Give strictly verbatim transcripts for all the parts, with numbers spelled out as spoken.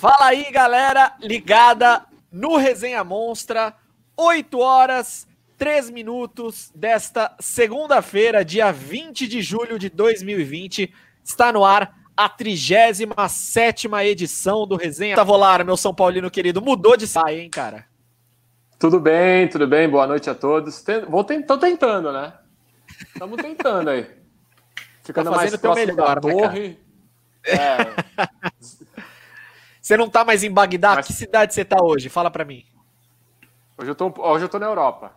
Fala aí, galera, ligada no Resenha Monstra, oito horas, três minutos desta segunda-feira, dia vinte de julho de dois mil e vinte, está no ar a trigésima sétima edição do Resenha. Tavolar, meu São Paulino querido, mudou de saia, hein, cara? Tudo bem, tudo bem, boa noite a todos. Vou tô tentando, né? Estamos tentando aí. Ficando tá mais próximo melhor, da torre. Né, é... Você não tá mais em Bagdá? Mas... Que cidade você tá hoje? Fala pra mim. Hoje eu tô, hoje eu tô na Europa.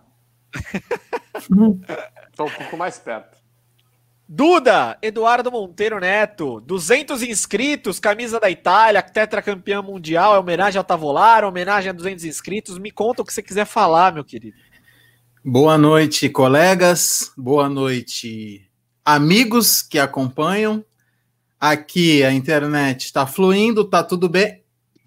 Tô um pouco mais perto. Duda, Eduardo Monteiro Neto, duzentos inscritos, camisa da Itália, tetracampeão mundial, é homenagem ao Tavolar, homenagem a duzentos inscritos. Me conta o que você quiser falar, meu querido. Boa noite, colegas. Boa noite, amigos que acompanham. Aqui a internet está fluindo, tá tudo bem.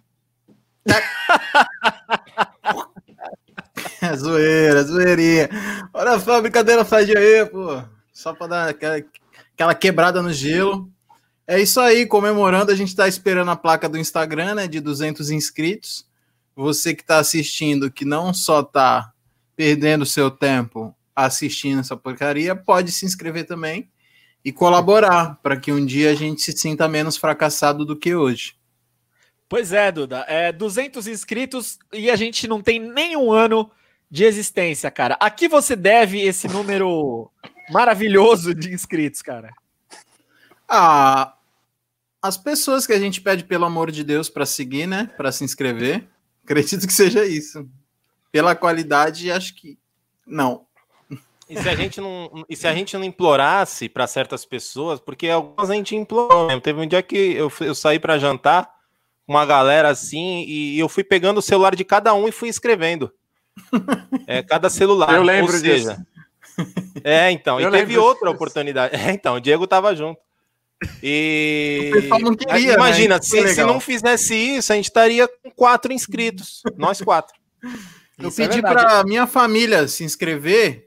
É zoeira, zoeirinha. Olha só, brincadeira sadia aí, pô. Só para dar aquela, aquela quebrada no gelo. É isso aí, comemorando, a gente está esperando a placa do Instagram, né, de duzentos inscritos. Você que está assistindo, que não só está perdendo seu tempo assistindo essa porcaria, pode se inscrever também e colaborar para que um dia a gente se sinta menos fracassado do que hoje. Pois é, Duda, é duzentos inscritos e a gente não tem nenhum ano de existência, cara. A que você deve esse número maravilhoso de inscritos, cara? Ah, as pessoas que a gente pede, pelo amor de Deus, para seguir, né, para se inscrever, acredito que seja isso. Pela qualidade, acho que não. E se a gente não, e se a gente não implorasse para certas pessoas, porque algumas a gente implorou mesmo. Teve um dia que eu, eu saí para jantar com uma galera assim, e eu fui pegando o celular de cada um e fui escrevendo. É, cada celular. Eu lembro ou seja, disso. É, então. Eu e teve disso. outra oportunidade. É, então, o Diego tava junto. E o pessoal não queria, imagina, né? se, se não fizesse isso, a gente estaria com quatro inscritos. Nós quatro. Eu Isso pedi é para minha família se inscrever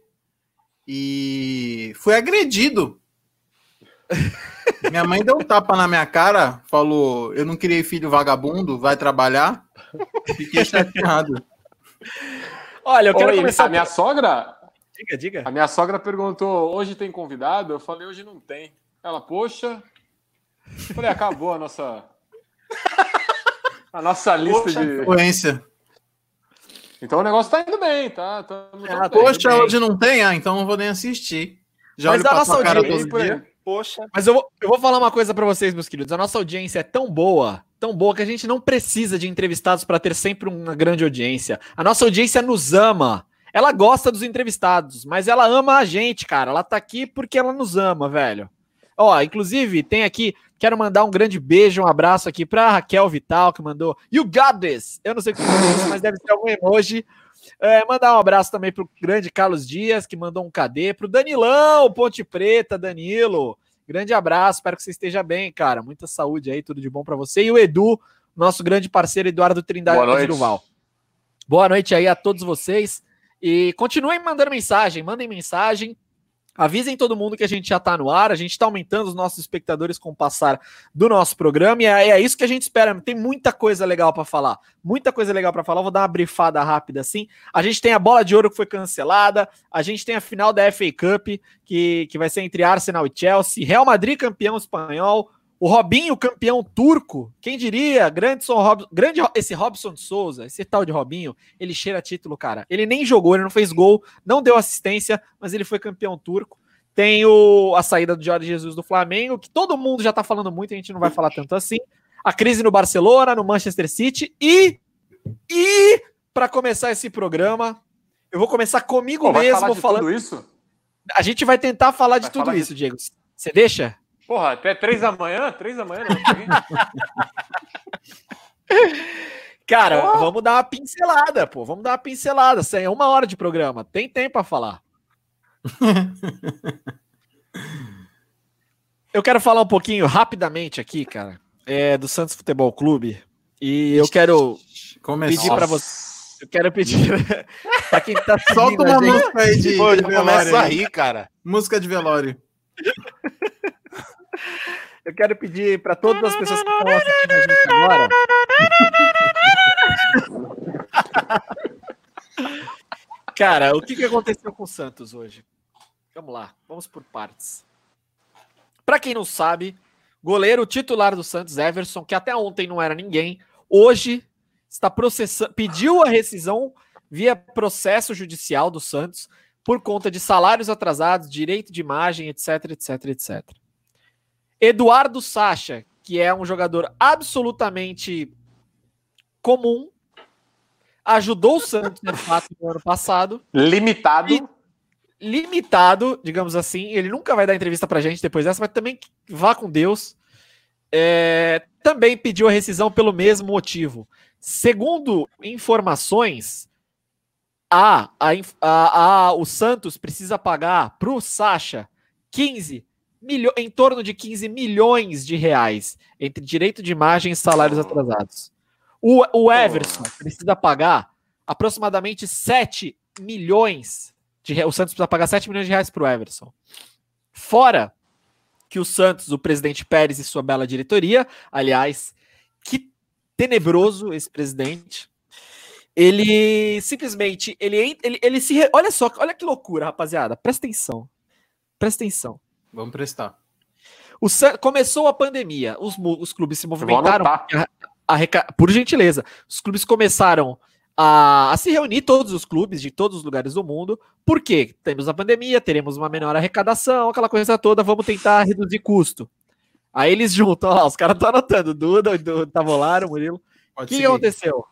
e fui agredido. Minha mãe deu um tapa na minha cara, falou: eu não criei filho vagabundo, vai trabalhar. Fiquei chateado. Olha, eu quero Oi, começar... A minha sogra... Diga, diga. A minha sogra perguntou, hoje tem convidado? Eu falei, hoje não tem. Ela, poxa... Eu falei, acabou a nossa... A nossa lista Poxa, de... influência. Então o negócio tá indo bem, tá? Tamo Ah, poxa, bem. Hoje não tem? Ah, então não vou nem assistir. Já Mas olho a pra nossa sua cara audiência... todo dia. Poxa. Mas eu vou, eu vou falar uma coisa pra vocês, meus queridos. A nossa audiência é tão boa, tão boa, que a gente não precisa de entrevistados para ter sempre uma grande audiência. A nossa audiência nos ama. Ela gosta dos entrevistados, mas ela ama a gente, cara. Ela tá aqui porque ela nos ama, velho. Ó, inclusive, tem aqui... Quero mandar um grande beijo, um abraço aqui pra Raquel Vital, que mandou You got this! Eu não sei o que é isso, mas deve ser algum emoji. É, mandar um abraço também pro grande Carlos Dias, que mandou um cadê, pro Danilão, Ponte Preta, Danilo. Grande abraço, espero que você esteja bem, cara. Muita saúde aí, tudo de bom pra você. E o Edu, nosso grande parceiro Eduardo Trindade Duval. Boa noite aí a todos vocês. E continuem mandando mensagem, mandem mensagem. Avisem todo mundo que a gente já tá no ar, a gente tá aumentando os nossos espectadores com o passar do nosso programa e é, é isso que a gente espera. Tem muita coisa legal para falar, muita coisa legal para falar. Vou dar uma brifada rápida assim. A gente tem a bola de ouro que foi cancelada, a gente tem a final da F A Cup que, que vai ser entre Arsenal e Chelsea, Real Madrid campeão espanhol, o Robinho campeão turco, quem diria, grande, Rob, grande esse Robson de Souza, esse tal de Robinho, ele cheira título, cara. Ele nem jogou, ele não fez gol, não deu assistência, mas ele foi campeão turco. Tem o, a saída do Jorge Jesus do Flamengo, que todo mundo já tá falando muito, a gente não vai falar tanto assim. A crise no Barcelona, no Manchester City e, e para começar esse programa, eu vou começar comigo Pô, mesmo falar de falando. Tudo isso? A gente vai tentar falar vai de tudo falar isso, de... Diego. Você deixa? Porra, até três da manhã? Três da manhã, não. Cara, oh. vamos dar uma pincelada, pô. Vamos dar uma pincelada. É uma hora de programa. Tem tempo pra falar. Eu quero falar um pouquinho rapidamente aqui, cara, é, do Santos Futebol Clube. E eu quero Começou. pedir pra você. Eu quero pedir pra quem tá solta uma gente... música aí de, Pô, de velório. Começa a rir, cara. Música de velório. Eu quero pedir para todas as pessoas que estão assistindo a gente agora Cara, o que, que aconteceu com o Santos hoje? Vamos lá, vamos por partes. Pra quem não sabe, goleiro titular do Santos, Everson, que até ontem não era ninguém, hoje está processando, pediu a rescisão via processo judicial do Santos por conta de salários atrasados, direito de imagem, etc, etc, etcétera. Eduardo Sacha, que é um jogador absolutamente comum, ajudou o Santos, de fato, no ano passado. Limitado. E, limitado, digamos assim. Ele nunca vai dar entrevista pra gente depois dessa, mas também vá com Deus. É, também pediu a rescisão pelo mesmo motivo. Segundo informações, a, a, a, a, o Santos precisa pagar pro Sacha quinze milho, em torno de quinze milhões de reais entre direito de imagem e salários atrasados. O, o Everson precisa pagar aproximadamente sete milhões de reais. O Santos precisa pagar sete milhões de reais para o Everson. Fora que o Santos, o presidente Pérez e sua bela diretoria, aliás, que tenebroso esse presidente, ele simplesmente, ele, ele, ele se... Olha só, olha que loucura, rapaziada. Presta atenção. Presta atenção. Vamos prestar. O San... Começou a pandemia, os, os clubes se movimentaram... Reca... Por gentileza, os clubes começaram a... a se reunir, todos os clubes de todos os lugares do mundo, porque temos a pandemia, teremos uma menor arrecadação, aquela coisa toda, vamos tentar reduzir custo. Aí eles juntam, ó lá, os caras estão anotando, Duda, Duda Tavolaro, Murilo. O que, que aconteceu?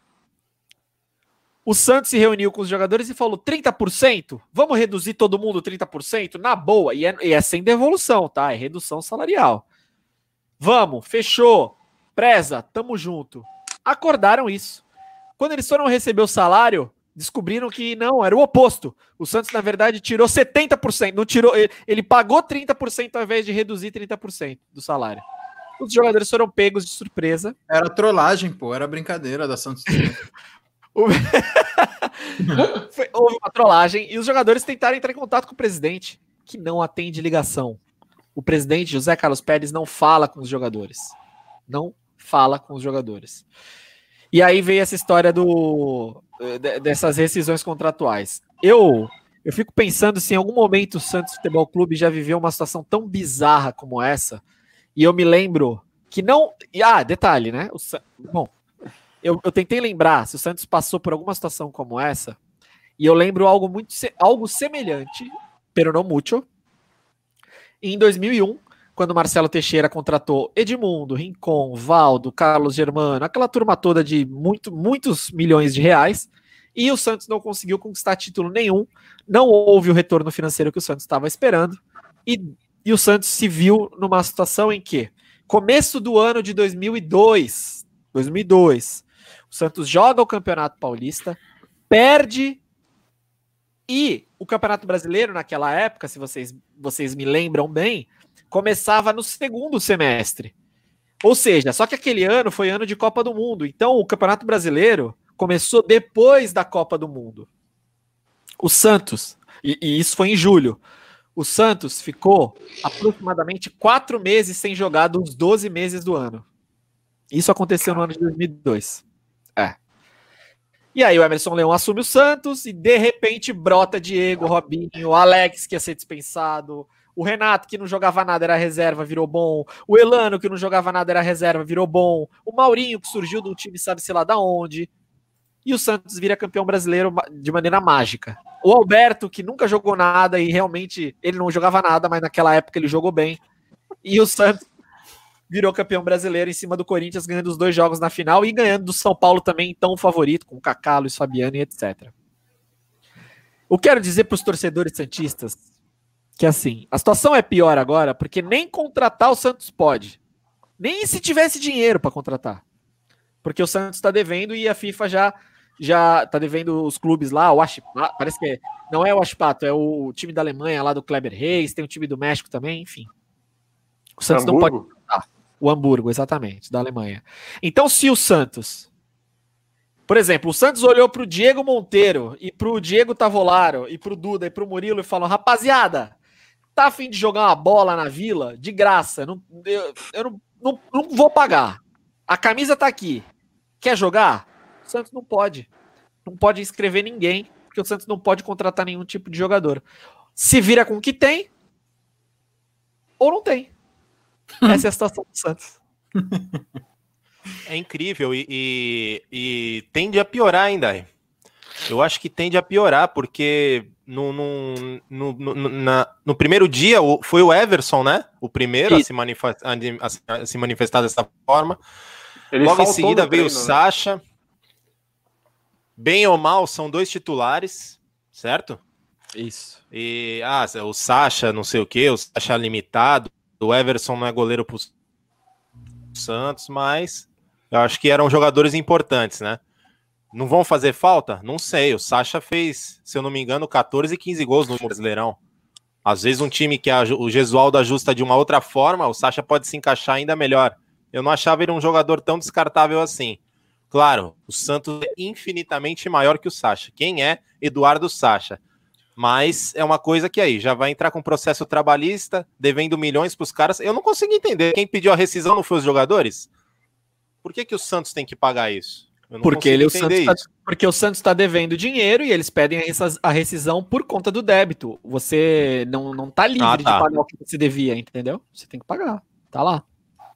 O Santos se reuniu com os jogadores e falou trinta por cento? Vamos reduzir todo mundo trinta por cento? Na boa, e é, e é sem devolução, tá? É redução salarial. Vamos, fechou. Preza, tamo junto. Acordaram isso. Quando eles foram receber o salário, descobriram que não, era o oposto. O Santos, na verdade, tirou setenta por cento. Não tirou, ele, ele pagou trinta por cento ao invés de reduzir trinta por cento do salário. Os jogadores foram pegos de surpresa. Era trollagem, pô. Era brincadeira da Santos. Foi, houve uma trollagem e os jogadores tentaram entrar em contato com o presidente, que não atende ligação. O presidente, José Carlos Pérez, não fala com os jogadores. Não fala com os jogadores. E aí veio essa história do, dessas rescisões contratuais. Eu, eu fico pensando se em algum momento o Santos Futebol Clube já viveu uma situação tão bizarra como essa. E eu me lembro que não... Ah, detalhe, né? O, bom, eu, eu tentei lembrar se o Santos passou por alguma situação como essa, e eu lembro algo, muito, algo semelhante, pero não mucho, em dois mil e um, quando Marcelo Teixeira contratou Edmundo, Rincon, Valdo, Carlos Germano, aquela turma toda de muito, muitos milhões de reais, e o Santos não conseguiu conquistar título nenhum, não houve o retorno financeiro que o Santos estava esperando, e, e o Santos se viu numa situação em que, começo do ano de dois mil e dois, dois mil e dois, o Santos joga o Campeonato Paulista, perde, e o Campeonato Brasileiro, naquela época, se vocês, vocês me lembram bem, começava no segundo semestre. Ou seja, só que aquele ano foi ano de Copa do Mundo. Então o Campeonato Brasileiro começou depois da Copa do Mundo. O Santos, e, e isso foi em julho, o Santos ficou aproximadamente quatro meses sem jogar dos doze meses do ano. Isso aconteceu no ano de dois mil e dois. É. E aí o Emerson Leão assume o Santos e de repente brota Diego, Robinho, Alex, que ia ser dispensado, o Renato, que não jogava nada, era reserva, virou bom. O Elano, que não jogava nada, era reserva, virou bom. O Maurinho, que surgiu de um time sabe-se lá da onde. E o Santos vira campeão brasileiro de maneira mágica. O Alberto, que nunca jogou nada e realmente ele não jogava nada, mas naquela época ele jogou bem. E o Santos virou campeão brasileiro em cima do Corinthians, ganhando os dois jogos na final e ganhando do São Paulo também, tão favorito, com o Kaká, Luiz Fabiano e etcétera. Eu quero dizer para os torcedores santistas que assim, a situação é pior agora porque nem contratar o Santos pode. Nem se tivesse dinheiro para contratar. Porque o Santos está devendo e a FIFA já já tá devendo os clubes lá, o Ashpato, parece que é, não é o Ashpato, é o time da Alemanha lá do Kleber Reis, tem o time do México também, enfim. O Santos Hamburgo? Não pode contratar. O Hamburgo, exatamente, da Alemanha. Então, se o Santos... Por exemplo, o Santos olhou pro Diego Monteiro e pro Diego Tavolaro e pro Duda e pro Murilo e falou, rapaziada, tá a fim de jogar uma bola na Vila? De graça. Não, eu eu não, não, não vou pagar. A camisa tá aqui. Quer jogar? O Santos não pode. Não pode inscrever ninguém. porque o Santos não pode contratar nenhum tipo de jogador. Se vira com o que tem, ou não tem. Essa é a situação do Santos. É incrível e, e, e tende a piorar ainda. Eu acho que tende a piorar, porque no, no, no, no, na, no primeiro dia foi o Everson, né? O primeiro a se, manifestar, a se manifestar dessa forma. Ele Logo em seguida veio treino, o Sacha. Né? Bem ou mal, são dois titulares, certo? Isso. E ah, o Sacha, não sei o que, o Sacha limitado. O Everson não é goleiro pro Santos, mas eu acho que eram jogadores importantes, né? Não vão fazer falta? Não sei. O Sacha fez, se eu não me engano, catorze, quinze gols no Brasileirão. Às vezes um time que a, o Gesualdo ajusta de uma outra forma, o Sacha pode se encaixar ainda melhor. Eu não achava ele um jogador tão descartável assim. Claro, o Santos é infinitamente maior que o Sacha. Quem é Eduardo Sacha? Mas é uma coisa que aí já vai entrar com processo trabalhista, devendo milhões para os caras. Eu não consigo entender. Quem pediu a rescisão não foi os jogadores? Por que, que o Santos tem que pagar isso? Porque, ele, o Santos tá, porque o Santos está devendo dinheiro e eles pedem a rescisão por conta do débito. Você não, não tá livre ah, tá. de pagar o que você devia, entendeu? Você tem que pagar. Tá lá.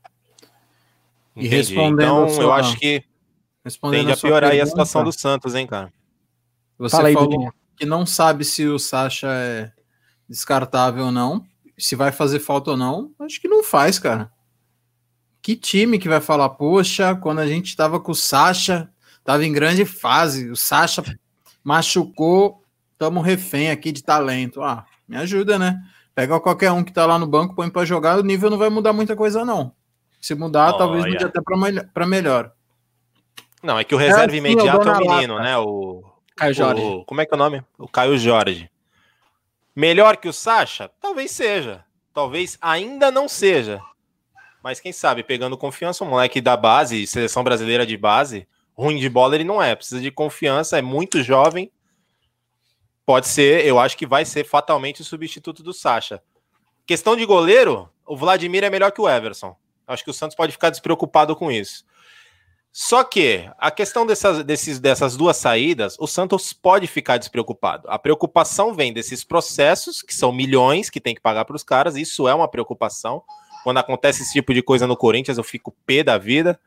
E Entendi. respondendo então, sua... eu acho que tende a piorar aí a situação do Santos, hein, cara? Você Fala aí, falou Dudinho. que não sabe se o Sacha é descartável ou não, se vai fazer falta ou não. Acho que não faz, cara. Que time que vai falar, poxa, quando a gente tava com o Sacha, tava em grande fase, o Sacha machucou, tamo refém aqui de talento. Ah, me ajuda, né? Pega qualquer um que tá lá no banco, põe pra jogar, o nível não vai mudar muita coisa, não. Se mudar, oh, talvez mude yeah. até pra, pra melhor. Não, é que o reserva é, imediato é o menino, lata. né? O Caio Jorge. O, como é que é o nome? O Caio Jorge. Melhor que o Sacha? Talvez seja. Talvez ainda não seja. Mas quem sabe, pegando confiança, um moleque da base, seleção brasileira de base, ruim de bola ele não é, precisa de confiança, é muito jovem, pode ser, eu acho que vai ser fatalmente o substituto do Sacha. Questão de goleiro, o Vladimir é melhor que o Everson, acho que o Santos pode ficar despreocupado com isso. Só que, a questão dessas, desses, dessas duas saídas, o Santos pode ficar despreocupado. A preocupação vem desses processos, que são milhões que tem que pagar para os caras, isso é uma preocupação. Quando acontece esse tipo de coisa no Corinthians, eu fico pé da vida.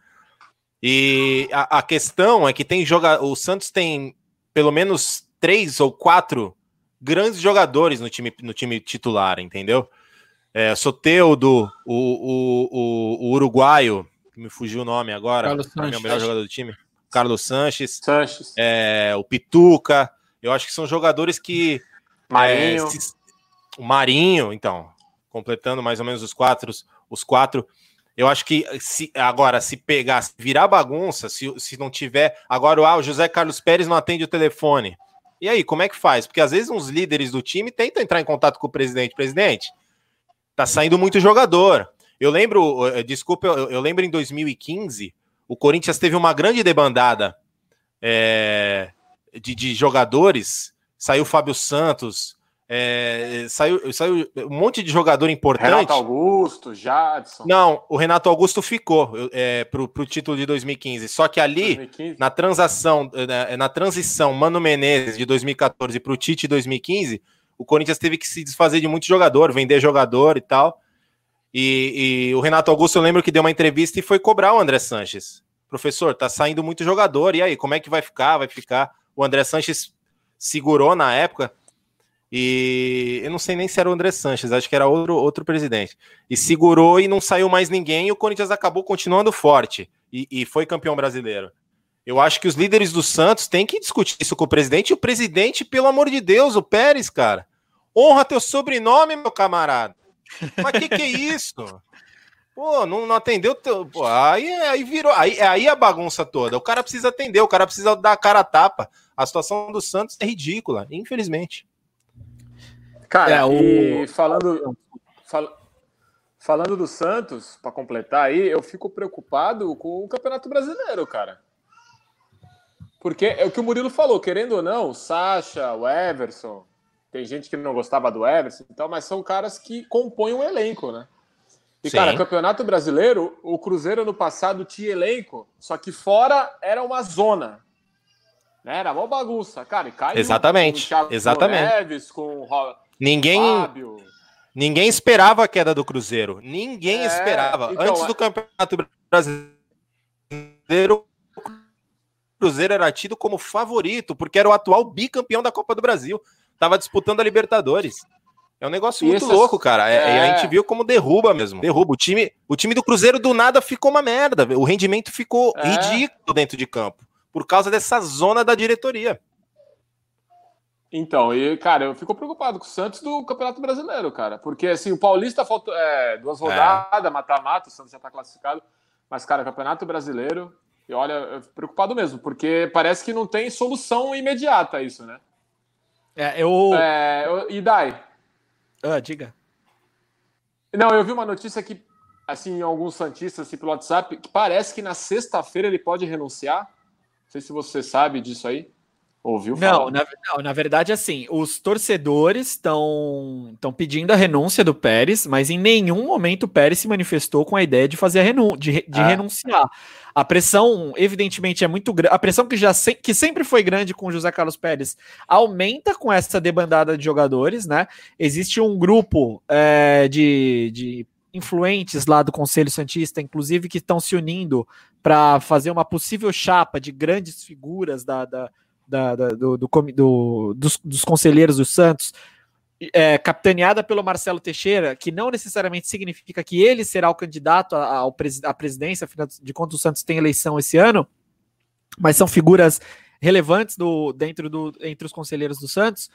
E a, a questão é que tem joga... o Santos tem pelo menos três ou quatro grandes jogadores no time, no time titular, entendeu? É, Soteldo, o, o, o, o uruguaio, que me fugiu o nome agora, é o melhor jogador do time, Carlos Sanches, Sanches. É, o Pituca, eu acho que são jogadores que... Marinho. É, se... O Marinho, então... completando mais ou menos os quatro, os quatro, eu acho que se, agora, se pegar, se virar bagunça, se, se não tiver, agora ah, o José Carlos Pérez não atende o telefone, e aí, como é que faz? Porque às vezes uns líderes do time tentam entrar em contato com o presidente, presidente, tá saindo muito jogador, eu lembro, desculpa, eu, eu lembro em dois mil e quinze, o Corinthians teve uma grande debandada é, de, de jogadores, saiu o Fábio Santos, É, saiu, saiu um monte de jogador importante. Renato Augusto, Jadson. Não, o Renato Augusto ficou é, pro, pro título de dois mil e quinze. Só que ali, dois mil e quinze? na transação, na, na transição Mano Menezes de dois mil e quatorze pro Tite de dois mil e quinze, o Corinthians teve que se desfazer de muito jogador, vender jogador e tal. E, e o Renato Augusto, eu lembro que deu uma entrevista e foi cobrar o André Sanches. Professor, tá saindo muito jogador, e aí, como é que vai ficar? Vai ficar? O André Sanches segurou na época. E eu não sei nem se era o André Sanches, acho que era outro, outro presidente. E segurou e não saiu mais ninguém, e o Corinthians acabou continuando forte e, e foi campeão brasileiro. Eu acho que os líderes do Santos têm que discutir isso com o presidente, e o presidente, pelo amor de Deus, o Pérez, cara, honra teu sobrenome, meu camarada. Mas que que é isso? Pô, não, não atendeu teu... Pô, aí, aí virou, aí, aí a bagunça toda. O cara precisa atender, o cara precisa dar a cara a tapa. A situação do Santos é ridícula, infelizmente. Cara, é, o... e falando, fal, falando do Santos, para completar aí, eu fico preocupado com o Campeonato Brasileiro, cara. Porque é o que o Murilo falou, querendo ou não, o Sacha, o Everson, tem gente que não gostava do Everson e tal, mas são caras que compõem um elenco, né? E, Sim. cara, Campeonato Brasileiro, o Cruzeiro ano passado tinha elenco, só que fora era uma zona. Né? Era uma bagunça, cara, e caiu. Exatamente, com o Thiago exatamente. Neves, com o Ninguém... Fábio. Ninguém esperava a queda do Cruzeiro. Ninguém é, esperava. Então, Antes do Campeonato Brasileiro, o Cruzeiro era tido como favorito, porque era o atual bicampeão da Copa do Brasil. Tava disputando a Libertadores. É um negócio muito Isso, louco, cara. É, é... A gente viu como derruba mesmo. Derruba. O time, o time do Cruzeiro do nada ficou uma merda. O rendimento ficou é... ridículo dentro de campo. Por causa dessa zona da diretoria. Então, e, cara, eu fico preocupado com o Santos do Campeonato Brasileiro, cara. Porque, assim, o Paulista faltou é, duas rodadas, é. mata-mata, o Santos já tá classificado. Mas, cara, o Campeonato Brasileiro, e olha, eu fico preocupado mesmo, porque parece que não tem solução imediata isso, né? É, eu... É, eu e Dai? Ah, diga. Não, eu vi uma notícia que, assim, em alguns santistas, assim, pelo WhatsApp, que parece que na sexta-feira ele pode renunciar. Não sei se você sabe disso aí. Ouviu falar? Não, na, não, na verdade, assim, os torcedores estão estão pedindo a renúncia do Pérez, mas em nenhum momento o Pérez se manifestou com a ideia de fazer a renun de, de ah. renunciar. A pressão, evidentemente, é muito grande. A pressão que já se que sempre foi grande com o José Carlos Pérez aumenta com essa debandada de jogadores, né? Existe um grupo é, de, de influentes lá do Conselho Santista, inclusive, que estão se unindo para fazer uma possível chapa de grandes figuras da, da Da, da, do, do, do, dos, dos conselheiros do Santos, é, capitaneada pelo Marcelo Teixeira, que não necessariamente significa que ele será o candidato à presidência, afinal de contas o Santos tem eleição esse ano, mas são figuras relevantes do, dentro do, entre os conselheiros do Santos.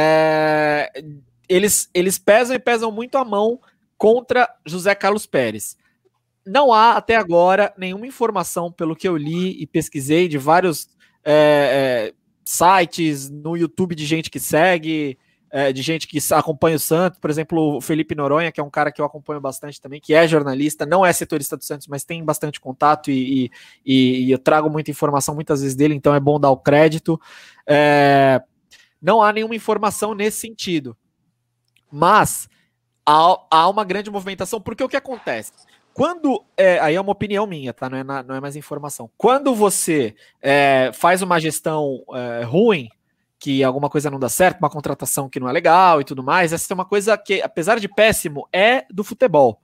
É, eles, eles pesam e pesam muito a mão contra José Carlos Pérez. Não há até agora nenhuma informação, pelo que eu li e pesquisei de vários é, é, sites, no YouTube de gente que segue, é, de gente que acompanha o Santos, por exemplo, o Felipe Noronha, que é um cara que eu acompanho bastante também, que é jornalista, não é setorista do Santos, mas tem bastante contato e, e, e eu trago muita informação muitas vezes dele, então é bom dar o crédito. É, não há nenhuma informação nesse sentido, mas há, há uma grande movimentação, porque o que acontece? Quando, é, aí é uma opinião minha, tá? Não é, na, não é mais informação. Quando você é, faz uma gestão é, ruim, que alguma coisa não dá certo, uma contratação que não é legal e tudo mais, essa é uma coisa que, apesar de péssimo, é do futebol.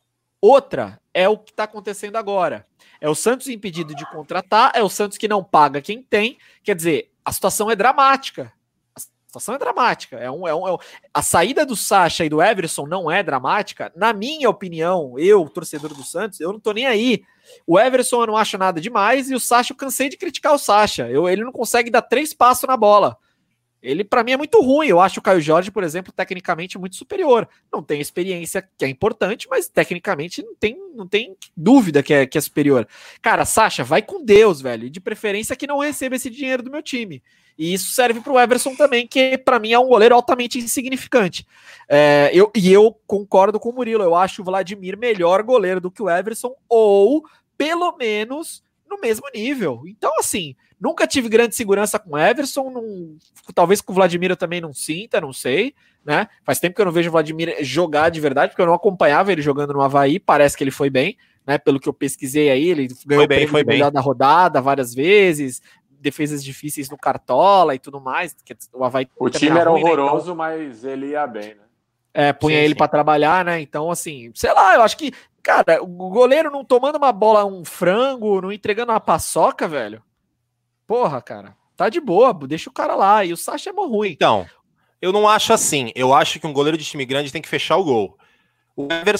Outra é o que está acontecendo agora. É o Santos impedido de contratar, é o Santos que não paga quem tem. Quer dizer, a situação é dramática. A situação é dramática. É um, é um, é um... A saída do Sacha e do Everson não é dramática. Na minha opinião, eu, torcedor do Santos, eu não tô nem aí. O Everson eu não acho nada demais e o Sacha eu cansei de criticar o Sacha. Eu, ele não consegue dar três passos na bola. Ele, pra mim, é muito ruim. Eu acho o Caio Jorge, por exemplo, tecnicamente muito superior. Não tem experiência, que é importante, mas tecnicamente não tem, não tem dúvida que é, que é superior. Cara, Sacha, vai com Deus, velho. E de preferência que não receba esse dinheiro do meu time. E isso serve pro Everson também, que pra mim é um goleiro altamente insignificante. É, eu, e eu concordo com o Murilo. Eu acho o Vladimir melhor goleiro do que o Everson, ou pelo menos no mesmo nível. Então, assim, nunca tive grande segurança com o Everson, não, talvez com o Vladimir eu também não sinta, não sei, né? Faz tempo que eu não vejo o Vladimir jogar de verdade, porque eu não acompanhava ele jogando no Avaí, parece que ele foi bem, né? Pelo que eu pesquisei aí, ele ganhou foi bem, foi bem. da rodada várias vezes, defesas difíceis no Cartola e tudo mais. Que o Avaí o time era ruim, horroroso, né? Então, mas ele ia bem, né? É, punha sim, ele para trabalhar, né? Então, assim, sei lá, eu acho que, cara, o goleiro não tomando uma bola, um frango, não entregando uma paçoca, velho. Porra, cara, tá de boa, deixa o cara lá. E o Sacha é mó ruim. Então, eu não acho assim. Eu acho que um goleiro de time grande tem que fechar o gol. O Everson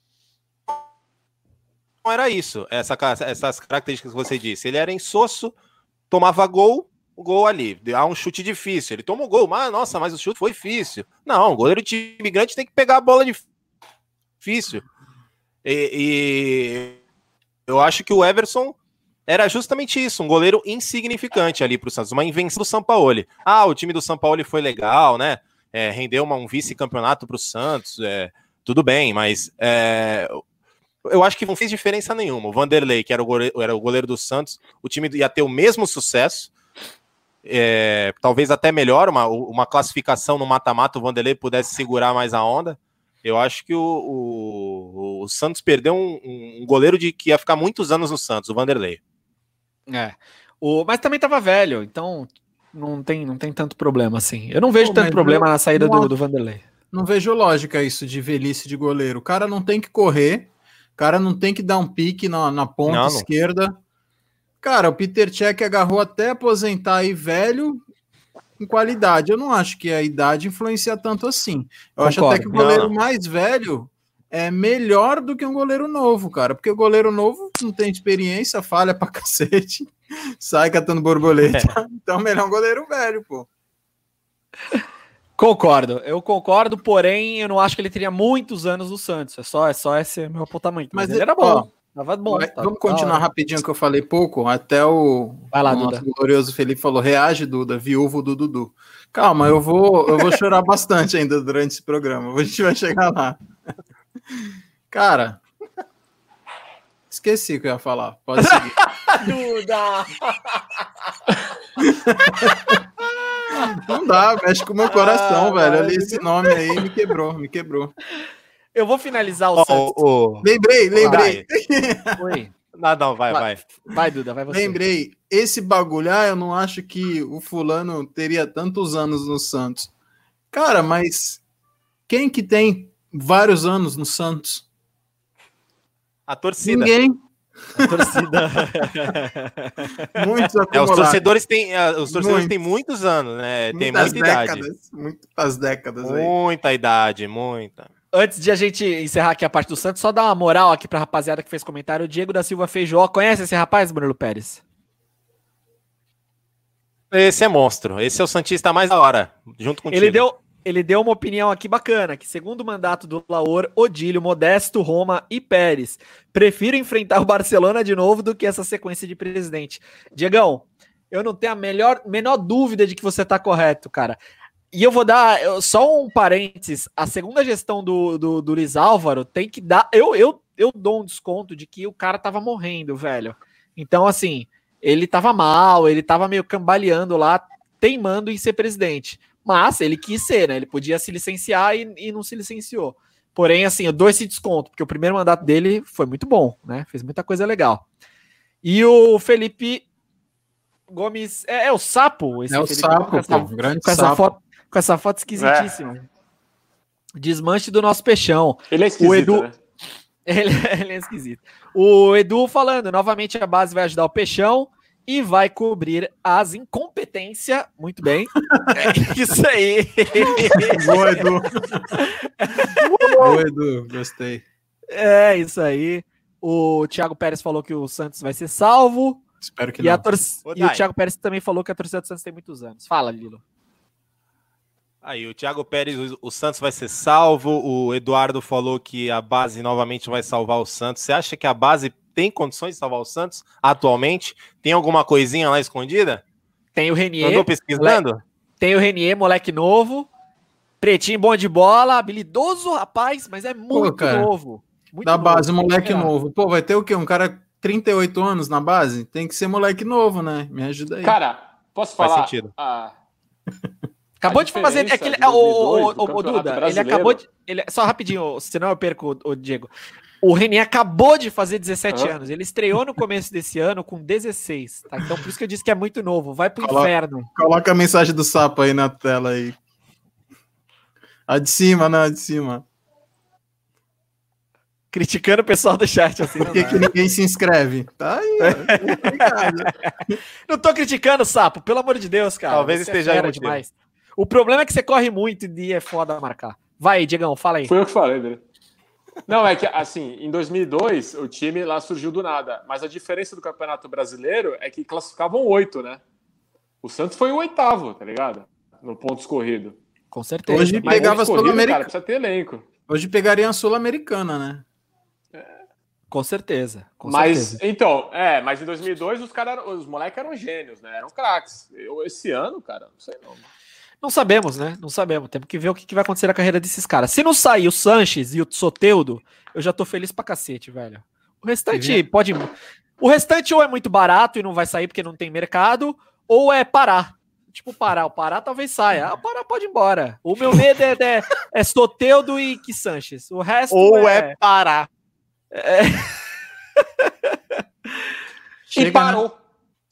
não era isso, essa, essas características que você disse. Ele era insosso, tomava gol, o gol ali. Há um chute difícil. Ele toma o gol, mas nossa, mas o chute foi difícil. Não, o goleiro de time grande tem que pegar a bola difícil. E, e eu acho que o Everson era justamente isso, um goleiro insignificante ali para o Santos, uma invenção do Sampaoli. Ah, o time do Sampaoli foi legal, né? É, rendeu uma, um vice-campeonato para o Santos, é, tudo bem, mas é, eu acho que não fez diferença nenhuma. O Vanderlei, que era o goleiro, era o goleiro do Santos, o time ia ter o mesmo sucesso, é, talvez até melhor, uma, uma classificação no mata-mata, o Vanderlei pudesse segurar mais a onda. Eu acho que o, o, o Santos perdeu um, um goleiro de que ia ficar muitos anos no Santos, o Vanderlei. É. O, mas também tava velho, então não tem, não tem tanto problema assim. Eu não vejo Pô, tanto problema na saída do, do Vanderlei. Não vejo lógica isso de velhice de goleiro. O cara não tem que correr, o cara não tem que dar um pique na, na ponta não, esquerda. Não. Cara, o Peter Cech agarrou até aposentar aí velho em qualidade. Eu não acho que a idade influencia tanto assim. Eu Concordo. acho até que o goleiro não, não. mais velho é melhor do que um goleiro novo, cara. Porque o goleiro novo não tem experiência, falha pra cacete, sai catando borboleta. É. Então, melhor um goleiro velho, pô. Concordo, eu concordo, porém eu não acho que ele teria muitos anos no Santos. É só, é só esse meu apontamento. Mas, Mas ele era bom. Ó, tava bom. Vai, tá, vamos continuar tá, rapidinho que eu falei pouco. Até o, vai lá, o nosso Duda. glorioso Felipe falou: reage, Duda, viúvo do Dudu. Calma, eu vou, eu vou chorar bastante ainda durante esse programa. A gente vai chegar lá. Cara, esqueci o que eu ia falar. Pode seguir. Duda! Não dá, mexe com o meu coração, ah, velho. Ali esse nome aí me quebrou, me quebrou. Eu vou finalizar o oh, Santos. Oh, oh. Lembrei, lembrei. Oi. Não, não, vai, vai. Vai, vai Duda, vai você. Lembrei, esse bagulho, ah, eu não acho que o fulano teria tantos anos no Santos. Cara, mas quem que tem vários anos no Santos? A torcida. Ninguém. A torcida. Muitos é, os torcedores têm, os torcedores têm muitos anos, né? Tem muita décadas, idade. Muitas décadas aí. Muita idade, muita. Antes de a gente encerrar aqui a parte do Santos, só dar uma moral aqui pra rapaziada que fez comentário. O Diego da Silva Feijó. Conhece esse rapaz, Murilo Pérez? Esse é monstro. Esse é o santista mais da hora, junto contigo. Ele deu... Ele deu uma opinião aqui bacana, que segundo o mandato do Laor, Odílio, Modesto, Roma e Pérez, prefiro enfrentar o Barcelona de novo do que essa sequência de presidente. Diegão, eu não tenho a melhor, menor dúvida de que você tá correto, cara. E eu vou dar só um parênteses, a segunda gestão do, do, do Luiz Álvaro tem que dar, eu, eu, eu dou um desconto de que o cara tava morrendo, velho. Então, assim, ele tava mal, ele tava meio cambaleando lá, teimando em ser presidente. Mas ele quis ser, né? Ele podia se licenciar e, e não se licenciou. Porém, assim, eu dou esse desconto, porque o primeiro mandato dele foi muito bom, né? Fez muita coisa legal. E o Felipe Gomes... É, é o Sapo? Esse é o Felipe, Sapo, com essa, pô, grande com essa sapo. Foto, com essa foto esquisitíssima. É. Desmanche do nosso peixão. Ele é esquisito, o Edu, né? Ele, ele é esquisito. O Edu falando, novamente a base vai ajudar o peixão e vai cobrir as incompetências. Muito bem. É isso aí. Boa, Edu. Boa, Edu. Gostei. É isso aí. O Thiago Pérez falou que o Santos vai ser salvo. Espero que e não. A tor- e o Thiago Pérez também falou que a torcida do Santos tem muitos anos. Fala, Lilo. Aí, o Thiago Pérez, o, o Santos vai ser salvo. O Eduardo falou que a base novamente vai salvar o Santos. Você acha que a base tem condições de salvar o Santos atualmente? Tem alguma coisinha lá escondida? Tem o Renier. Andou pesquisando? Moleque, tem o Renier, moleque novo. Pretinho, bom de bola. Habilidoso, rapaz, mas é muito Pô, cara, novo. Muito da novo, base, moleque novo. Pô, vai ter o quê? Um cara trinta e oito anos na base? Tem que ser moleque novo, né? Me ajuda aí. Cara, posso falar? Faz sentido. Ah, acabou de fazer aquele. O, o, o, o Duda, ele acabou de. Ele, só rapidinho, senão eu perco o, o Diego. O Renier acabou de fazer dezessete uhum. anos. Ele estreou no começo desse ano com dezesseis. Tá? Então, por isso que eu disse que é muito novo. Vai pro coloca, inferno. Coloca a mensagem do Sapo aí na tela aí. A de cima, não, a de cima. Criticando o pessoal do chat. Assim, por que, que ninguém se inscreve? Tá aí, ó. Não tô criticando, Sapo. Pelo amor de Deus, cara. Talvez você esteja é aí demais. O problema é que você corre muito e é foda marcar. Vai, Diegão, fala aí. Foi eu que falei, velho. Não, é que, assim, em dois mil e dois, o time lá surgiu do nada. Mas a diferença do Campeonato Brasileiro é que classificavam oito, né? O Santos foi o oitavo, tá ligado? No pontos corrido. Com certeza. Hoje mas pegava a Sul-Americana. Precisa ter elenco. Hoje pegaria a Sul-Americana, né? É. Com certeza. Com mas, certeza. então, é, mas em dois mil e dois os, cara, os moleques eram gênios, né? Eram craques. Eu, esse ano, cara, não sei não. Não sabemos, né? Não sabemos. Temos que ver o que, que vai acontecer na carreira desses caras. Se não sair o Sanches e o Soteldo, eu já tô feliz pra cacete, velho. O restante uhum. pode... O restante ou é muito barato e não vai sair porque não tem mercado, ou é parar. Tipo, parar. O Pará talvez saia. Ah, o Pará pode ir embora. O meu medo é, é, é Soteldo e que Sanches. O resto ou é... é Pará. É... E parou.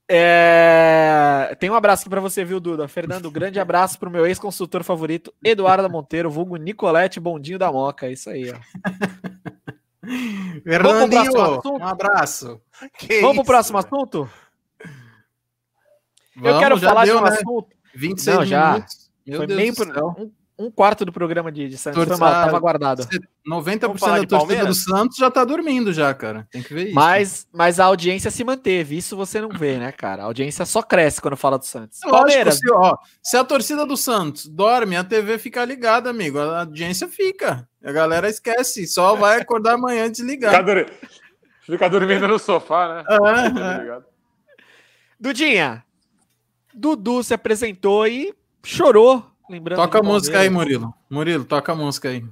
É... Tem um abraço aqui pra você, viu, Duda? Fernando, grande abraço pro meu ex-consultor favorito, Eduardo Monteiro, vulgo Nicolete Bondinho da Moca. É isso aí, ó. Fernandinho, um abraço. Que Vamos isso, pro próximo velho? assunto? Vamos, eu quero falar deu, de um né? assunto. vinte e seis não, já. Minutos. Meu Foi Deus meio do céu. Um, um quarto do programa de, de Santos. Foi mal, tava guardado. noventa por cento da torcida do Santos já tá dormindo já, cara. Tem que ver isso. Mas, mas a audiência se manteve. Isso você não vê, né, cara? A audiência só cresce quando fala do Santos. Lógico, Palmeiras. Se, ó, se a torcida do Santos dorme, a T V fica ligada, amigo. A audiência fica. A galera esquece. Só vai acordar amanhã e desligar. Fica, dur... fica dormindo no sofá, né? Ah, é. Dudinha. Dudu se apresentou e chorou. Lembrando toca a música aí, Murilo. Murilo, toca a música aí.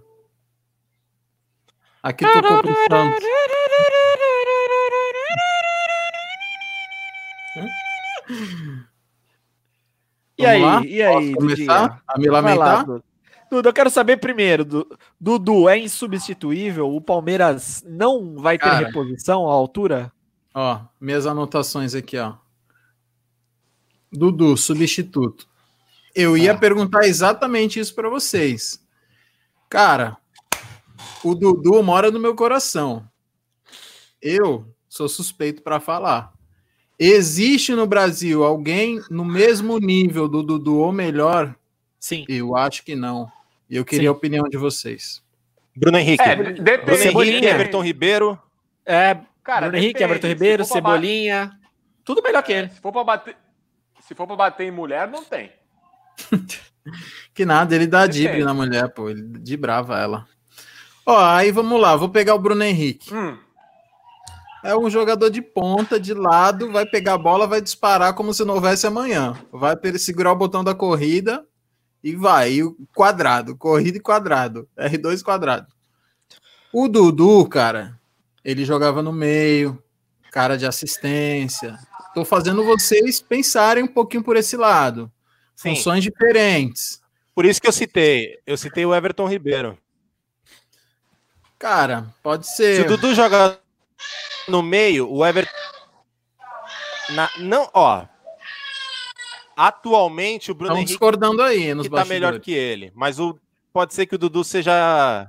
Aqui tocou pro Santos. E aí, lá? e aí, começar a me lamentar? Lá, Dudu, eu quero saber primeiro, Dudu é insubstituível? O Palmeiras não vai ter Cara, reposição à altura? Ó, minhas anotações aqui, ó. Dudu, substituto. Eu ia ah. perguntar exatamente isso para vocês. Cara, o Dudu mora no meu coração. Eu sou suspeito para falar. Existe no Brasil alguém no mesmo nível do Dudu ou melhor? Sim. Eu acho que não. Eu queria Sim. a opinião de vocês. Bruno Henrique. É, Bruno Henrique, Everton Ribeiro. É, Cara, Bruno Henrique, Everton Ribeiro, se Cebolinha. Bater... Tudo melhor que ele. Se for para bater... Se for pra bater em mulher, não tem. Que nada, ele dá drible na mulher, pô. Ele dibrava ela. Ó, aí vamos lá, vou pegar o Bruno Henrique. Hum. É um jogador de ponta, de lado, vai pegar a bola, vai disparar como se não houvesse amanhã. Vai segurar o botão da corrida e vai. E o quadrado, corrida e quadrado. R dois quadrado. O Dudu, cara, ele jogava no meio, cara de assistência. Tô fazendo vocês pensarem um pouquinho por esse lado. Sim. Funções diferentes. Por isso que eu citei. Eu citei o Everton Ribeiro. Cara, pode ser. Se o Dudu joga no meio, o Everton... Na... Não, ó. Atualmente o Bruno Estão Henrique discordando aí nos que tá melhor que ele. Mas o... pode ser que o Dudu seja...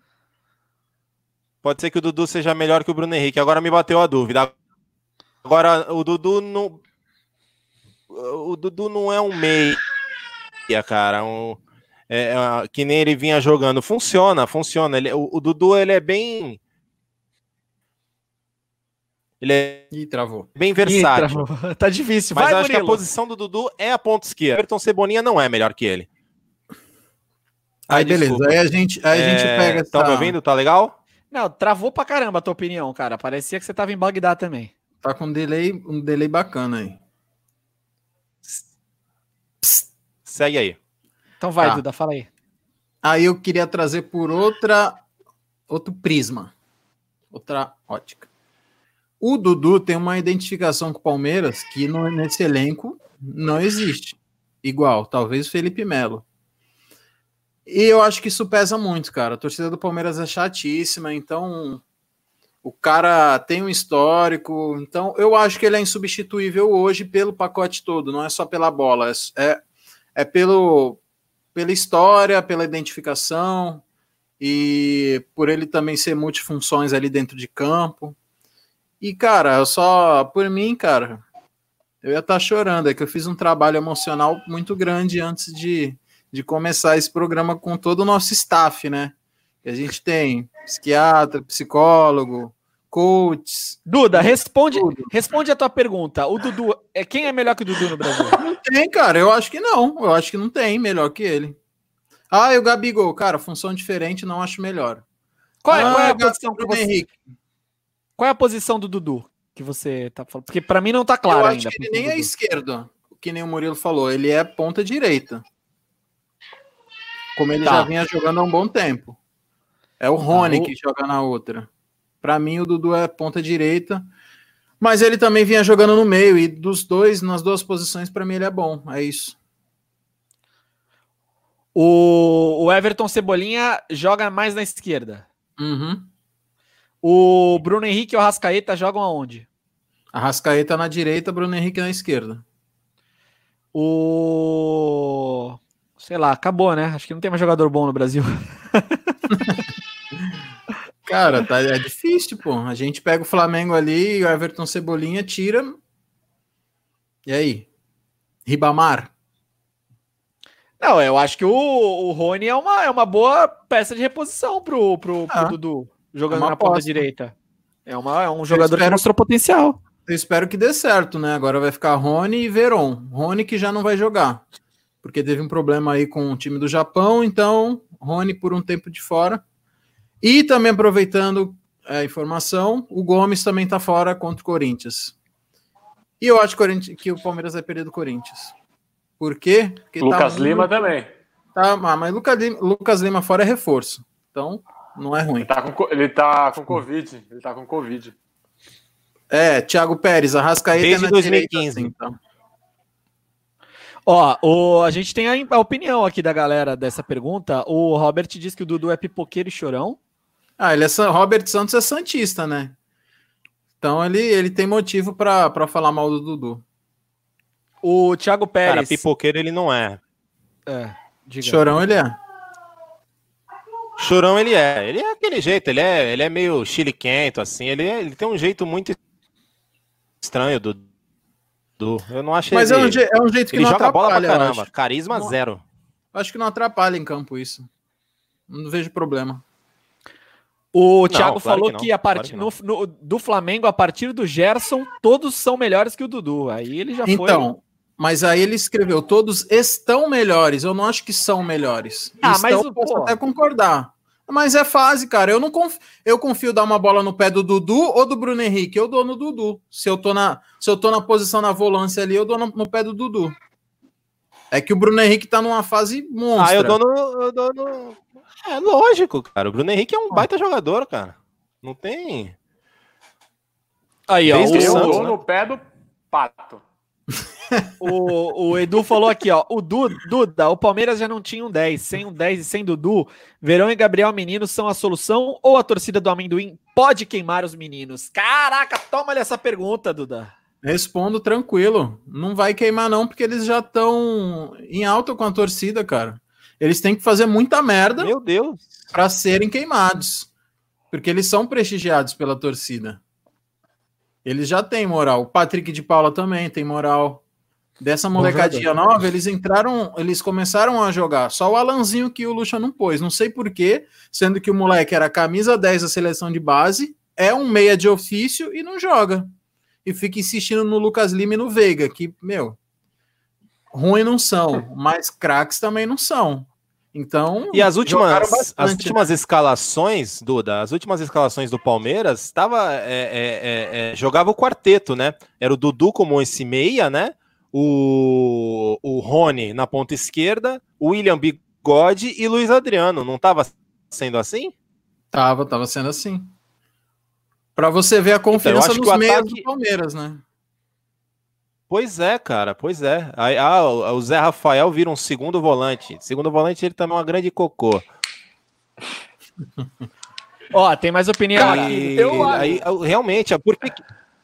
Pode ser que o Dudu seja melhor que o Bruno Henrique. Agora me bateu a dúvida. Agora, o Dudu não... O Dudu não é um meia, cara. Um, é, é, que nem ele vinha jogando. Funciona, funciona. Ele, o, o Dudu, ele é bem... Ele é Ih, travou. bem versátil. Ih, travou. Tá difícil. Mas Vai, eu acho Murilo. que a posição do Dudu é a ponta esquerda. Everton Cebolinha não é melhor que ele. Aí, ah, beleza. Aí a gente, aí é... a gente pega... Essa... Tá me ouvindo? Tá legal? Não, travou pra caramba a tua opinião, cara. Parecia que você tava em Bagdá também. Tá com um delay, um delay bacana aí. Segue aí. Então vai, tá. Duda, fala aí. Aí eu queria trazer por outra, outro prisma, outra ótica. O Dudu tem uma identificação com o Palmeiras que no, nesse elenco não existe. Igual, talvez o Felipe Melo. E eu acho que isso pesa muito, cara. A torcida do Palmeiras é chatíssima, então o cara tem um histórico. Então eu acho que ele é insubstituível hoje pelo pacote todo, não é só pela bola, é, é pelo, pela história, pela identificação e por ele também ser multifunções ali dentro de campo. E, cara, eu só, por mim, cara, eu ia estar chorando, é que eu fiz um trabalho emocional muito grande antes de, de começar esse programa com todo o nosso staff, né? Que a gente tem psiquiatra, psicólogo, coaches. Duda, responde, responde a tua pergunta. O Dudu, é quem é melhor que o Dudu no Brasil? Não tem, cara, eu acho que não. Eu acho que não tem melhor que ele. Ah, e o Gabigol, cara, função diferente, não acho melhor. Qual é, ah, qual é a posição que você... Henrique. Qual é a posição do Dudu que você tá falando? Porque para mim não tá claro eu ainda. Acho que ele nem é esquerdo, que nem o Murilo falou, ele é ponta direita. Como ele tá. já vinha jogando há um bom tempo. É o Rony ah, o... que joga na outra. Para mim o Dudu é ponta direita, mas ele também vinha jogando no meio e dos dois, nas duas posições, para mim ele é bom, é isso. O, o Everton Cebolinha joga mais na esquerda. Uhum. O Bruno Henrique e o Arrascaeta jogam aonde? Arrascaeta na direita, Bruno Henrique na esquerda. O... Sei lá, acabou, né? Acho que não tem mais jogador bom no Brasil. Cara, tá, é difícil, pô. A gente pega o Flamengo ali, o Everton Cebolinha tira. E aí? Ribamar? Não, eu acho que o, o Rony é uma, é uma boa peça de reposição pro, pro, pro ah, Dudu, jogando é na aposta. ponta direita. É, uma, é um jogador espero... que mostrou potencial. Eu espero que dê certo, né? Agora vai ficar Rony e Veron. Rony que já não vai jogar, porque teve um problema aí com o time do Japão, então Rony por um tempo de fora. E também aproveitando a informação, o Gomes também tá fora contra o Corinthians. E eu acho que o Palmeiras vai perder do Corinthians. Por quê? Porque Lucas tá Lima muito... também. Tá, mas Lucas Lima, Lucas Lima fora é reforço. Então, não é ruim. Ele tá com, ele tá com Covid. Ele tá com Covid. É, Thiago Pérez, Arrascaeta desde na dois mil e quinze. Direita, assim, então. Ó, o, a gente tem a, a opinião aqui da galera dessa pergunta. O Robert diz que o Dudu é pipoqueiro e chorão. Ah, ele é Robert Santos é santista, né? Então ele, ele tem motivo pra, pra falar mal do Dudu. O Thiago Pérez. Cara, pipoqueiro ele não é. É, diga. Chorão ele é. Chorão ele é. Ele é aquele jeito, ele é, ele é meio chiliquento, assim. Ele, é, ele tem um jeito muito estranho do Dudu. Eu não acho Mas ele... é um, je- é um jeito que ele não joga bola pra atrapalha, eu caramba. acho. Carisma Não- zero. Acho que não atrapalha em campo isso. Não vejo problema. O Não, Thiago claro falou que não, que, a claro partir que não. no, no- do Flamengo, a partir do Gerson, todos são melhores que o Dudu. Aí ele já foi. Então, mas aí ele escreveu, todos estão melhores. Eu não acho que são melhores. Ah, estão, mas, eu posso pô. até concordar. Mas é fase, cara. Eu não confio, eu confio dar uma bola no pé do Dudu ou do Bruno Henrique. Eu dou no Dudu. Se eu tô na, se eu tô na posição na volância ali, eu dou no, no pé do Dudu. É que o Bruno Henrique tá numa fase monstra. Ah, eu dou no... Eu dou no... É lógico, cara. O Bruno Henrique é um baita jogador, cara. Não tem... Aí, ó. Desde O, Eu Santos, dou né? no pé do Pato. o, o Edu falou aqui, ó. O Du- Duda, o Palmeiras já não tinha um dez. Sem um dez e sem Dudu, Verão e Gabriel Menino são a solução ou a torcida do amendoim pode queimar os meninos? Caraca, toma-lhe essa pergunta, Duda. Respondo tranquilo. Não vai queimar, não, porque eles já estão em alta com a torcida, cara. Eles têm que fazer muita merda Meu Deus. para serem queimados. Porque eles são prestigiados pela torcida. Eles já têm moral. O Patrick de Paula também tem moral. Dessa molecadinha nova, eles entraram, eles começaram a jogar. Só o Alanzinho que o Lucha não pôs. Não sei porquê, sendo que o moleque era camisa dez da seleção de base, é um meia de ofício e não joga. E fica insistindo no Lucas Lima e no Veiga, que, meu, ruim não são, mas craques também não são. Então, E as últimas, bastante, as últimas escalações, Duda, as últimas escalações do Palmeiras, tava, é, é, é, jogava o quarteto, né? Era o Dudu como esse meia, né? O, o Rony na ponta esquerda, o William Bigode e Luiz Adriano. Não tava sendo assim? Tava, tava sendo assim. Pra você ver a confiança acho que nos o meios ataque- do Palmeiras, né? Pois é, cara, pois é. Aí, ah, o Zé Rafael vira um segundo volante. Segundo volante, ele também é uma grande cocô. Ó, tem mais opinião aqui. E, eu acho- aí, realmente, por que...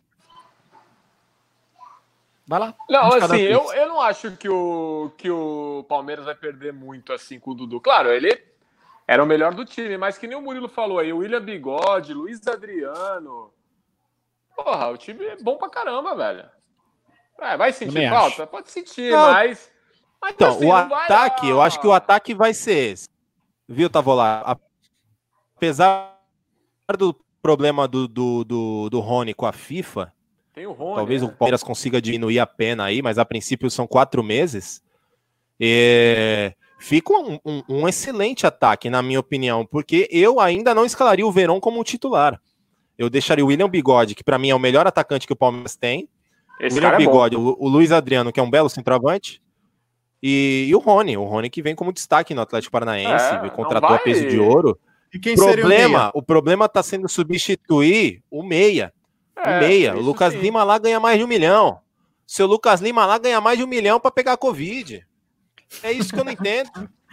Vai lá. Não, Um de cada assim, vez. eu, eu não acho que o, que o Palmeiras vai perder muito assim com o Dudu. Claro, ele era o melhor do time, mas que nem o Murilo falou aí, o William Bigode, Luiz Adriano. Porra, o time é bom pra caramba, velho. É, vai sentir Também falta? Pode sentir, Não. mas. mas Então, assim, o não vai ataque, dar- eu acho que o ataque vai ser esse. Viu, Tavolá? Apesar do problema do, do, do, do Rony com a FIFA, Tem o Rony. talvez né? o Palmeiras consiga diminuir a pena aí, mas a princípio são quatro meses. É, fica um, um, um excelente ataque, na minha opinião, porque eu ainda não escalaria o Verón como um titular. Eu deixaria o William Bigode, que para mim é o melhor atacante que o Palmeiras tem. Esse William cara é bom. Bigode, o, o Luiz Adriano, que é um belo centroavante, e, e o Rony, o Rony que vem como destaque no Atlético Paranaense, É, contratou não a vai- peso de ouro. E quem seria o Problema, meia? o problema tá sendo substituir o meia. É, o meia. O isso Lucas sim. Lima lá ganha mais de um milhão. Seu Lucas Lima lá ganha mais de um milhão para pegar a Covid. É isso que eu não entendo.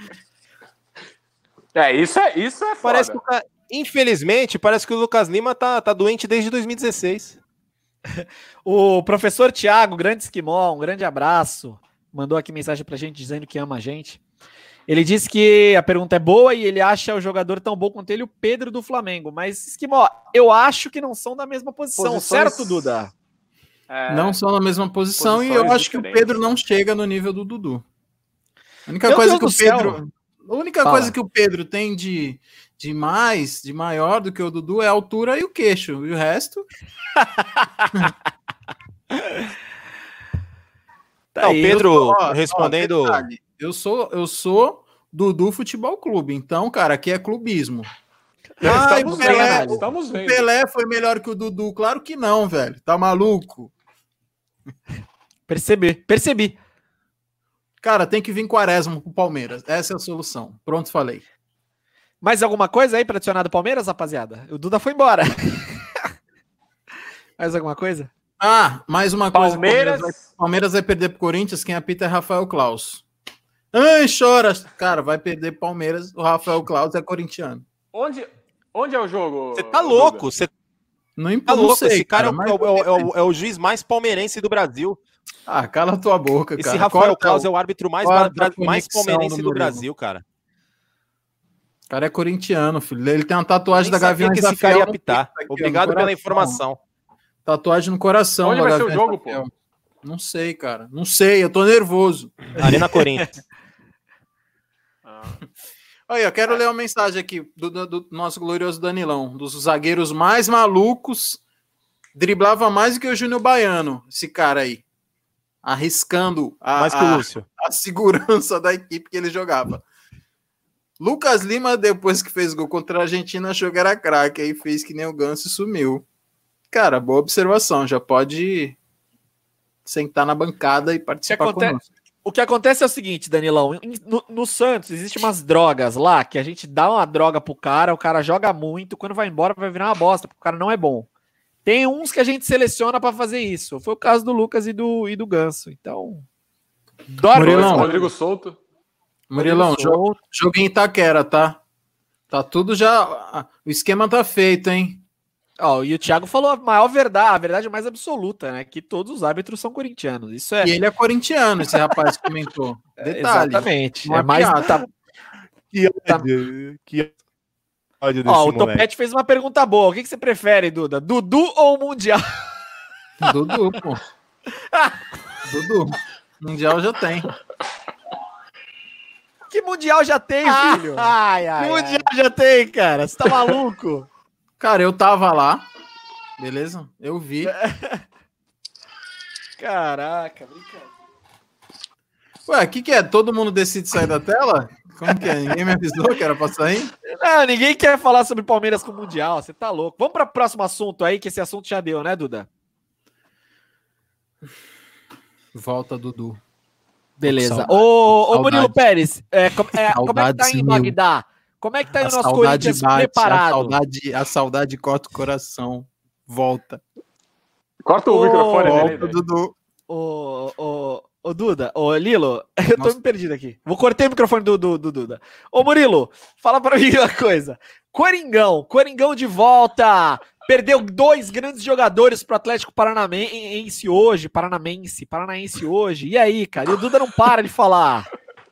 É, isso é, isso é foda. Parece que o cara, infelizmente, parece que o Lucas Lima tá, tá doente desde dois mil e dezesseis. O professor Thiago, grande esquimó, um grande abraço. Mandou aqui mensagem pra gente dizendo que ama a gente. Ele disse que a pergunta é boa e ele acha o jogador tão bom quanto ele, o Pedro do Flamengo. Mas, esquimó, eu acho que não são da mesma posição, Posições... certo, Duda? É... Não são na mesma posição e eu acho diferentes. que o Pedro não chega no nível do Dudu. A única Meu coisa Deus que o Pedro... Céu. A única Fala. coisa que o Pedro tem de, de mais, de maior do que o Dudu é a altura e o queixo. E o resto... Tá não, aí, Pedro, eu sou, ó, respondendo... Ó, eu sou, eu sou Dudu Futebol Clube, então, cara, aqui é clubismo. Ah, estamos, Pelé, vendo, estamos vendo. O Pelé foi melhor que o Dudu? Claro que não, velho. Tá maluco? Percebi, percebi. Cara, tem que vir Quaresma pro Palmeiras. Essa é a solução. Pronto, falei. Mais alguma coisa aí pra adicionar do Palmeiras, rapaziada? O Duda foi embora. Mais alguma coisa? Ah, mais uma coisa. Palmeiras... Palmeiras vai, Palmeiras vai perder pro Corinthians, quem apita é Rafael Claus. Ai, chora. Cara, vai perder pro Palmeiras, o Rafael Claus é corintiano. Onde, onde é o jogo? Você tá louco? Você não tá louco? Sei, esse cara, cara é, o, é, o, é o juiz mais palmeirense do Brasil. Ah, cala a tua boca, cara. Esse Rafael Claus é o árbitro mais, mais palmeirense do Brasil, cara. O cara é corintiano, filho. Ele tem uma tatuagem da Gaviões que esse cara ia apitar. Obrigado pela informação. Tatuagem no coração. Onde vai ser o jogo, pô? Não sei, cara. Não sei, eu tô nervoso. Arena Corinthians. ah. Olha, eu quero ler uma mensagem aqui do, do, do nosso glorioso Danilão, dos zagueiros mais malucos, driblava mais do que o Júnior Baiano, esse cara aí. Arriscando a, mais que o Lúcio. A, a segurança da equipe que ele jogava. Lucas Lima, depois que fez gol contra a Argentina, achou que era craque, aí fez que nem o Ganso e sumiu. Cara, boa observação, já pode sentar na bancada e participar o que acontece, conosco. O que acontece é o seguinte, Danilão, no, no Santos existe umas drogas lá, que a gente dá uma droga pro cara, o cara joga muito, quando vai embora vai virar uma bosta, porque o cara não é bom. Tem uns que a gente seleciona pra fazer isso, foi o caso do Lucas e do, e do Ganso, então... Murilão, Rodrigo Souto. Murilão, jogo, jogo em Itaquera, tá? Tá tudo já... O esquema tá feito, hein? Ó, e o Thiago falou a maior verdade, a verdade mais absoluta, né? Que todos os árbitros são corintianos. Isso é... E ele é corintiano, esse rapaz comentou. Detalhe. Exatamente. É mais... Tá... Que ódio. Que ódio desse Ó, o Topete fez uma pergunta boa. O que, que você prefere, Duda? Dudu ou Mundial? Dudu, pô. Dudu. Mundial já tem. Que Mundial já tem, filho? Ai, ai, que Mundial ai. já tem, cara? Você tá maluco? Cara, eu tava lá, beleza? Eu vi. Caraca, brincadeira. Ué, o que que é? Todo mundo decide sair da tela? Como que é? Ninguém me avisou que era pra sair? Não, ninguém quer falar sobre Palmeiras com o Mundial, você tá louco. Vamos para o próximo assunto aí, que esse assunto já deu, né, Duda? Volta, Dudu. Beleza. Ô, ô Murilo Pérez, é, como, é, como é que tá em Bagdá? Como é que tá aí o nosso Corinthians bate, preparado? A saudade, a saudade corta o coração. Volta. Corta o ô, microfone volta, dele, Dudu. Ô, ô, ô, Duda, ô, Lilo, eu tô Nossa. me perdido aqui. Vou cortar o microfone do, do, do Duda. Ô, Murilo, fala pra mim uma coisa. Coringão, Coringão de volta. Perdeu dois grandes jogadores pro Atlético Paranaense hoje. Paranaense, Paranaense hoje. E aí, cara? E o Duda não para de falar.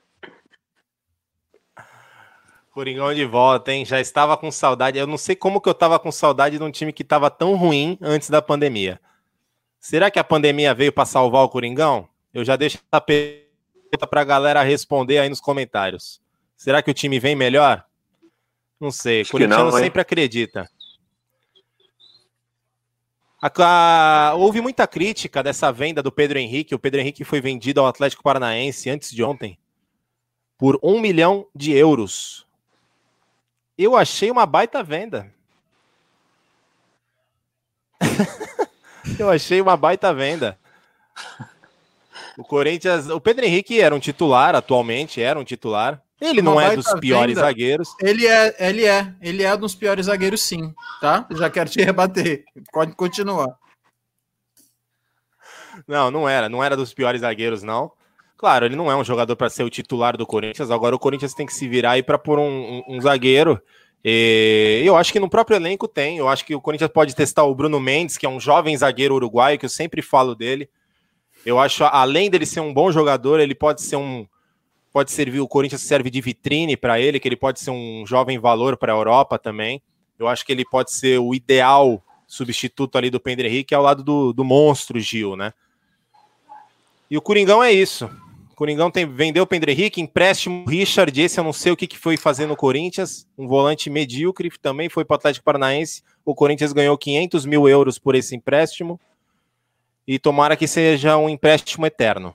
Coringão de volta, hein? Já estava com saudade. Eu não sei como que eu estava com saudade de um time que estava tão ruim antes da pandemia. Será que a pandemia veio para salvar o Coringão? Eu já deixo a pergunta para a galera responder aí nos comentários. Será que o time vem melhor? Não sei. O corintiano não, sempre acredita. A, a, houve muita crítica dessa venda do Pedro Henrique. O Pedro Henrique foi vendido ao Atlético Paranaense antes de ontem por um milhão de euros. Eu achei uma baita venda. Eu achei uma baita venda. O Corinthians... O Pedro Henrique era um titular atualmente, era um titular. Ele uma não é dos piores venda. zagueiros. Ele é, ele é. Ele é um dos piores zagueiros, sim. Tá? Já quero te rebater. Pode continuar. Não, não era. Não era dos piores zagueiros, não. Claro, ele não é um jogador para ser o titular do Corinthians. Agora o Corinthians tem que se virar aí para pôr um, um, um zagueiro. E eu acho que no próprio elenco tem. Eu acho que o Corinthians pode testar o Bruno Mendes, que é um jovem zagueiro uruguaio, que eu sempre falo dele. Eu acho, além dele ser um bom jogador, ele pode ser um... Pode servir, o Corinthians serve de vitrine para ele, que ele pode ser um jovem valor para a Europa também. Eu acho que ele pode ser o ideal substituto ali do Pedro Henrique, ao lado do, do monstro Gil, né? E o Coringão é isso. O Coringão tem, vendeu o Pedro Henrique, empréstimo Richard, esse eu não sei o que, que foi fazer no Corinthians, um volante medíocre, também foi para o Atlético Paranaense. O Corinthians ganhou quinhentos mil euros por esse empréstimo, e tomara que seja um empréstimo eterno.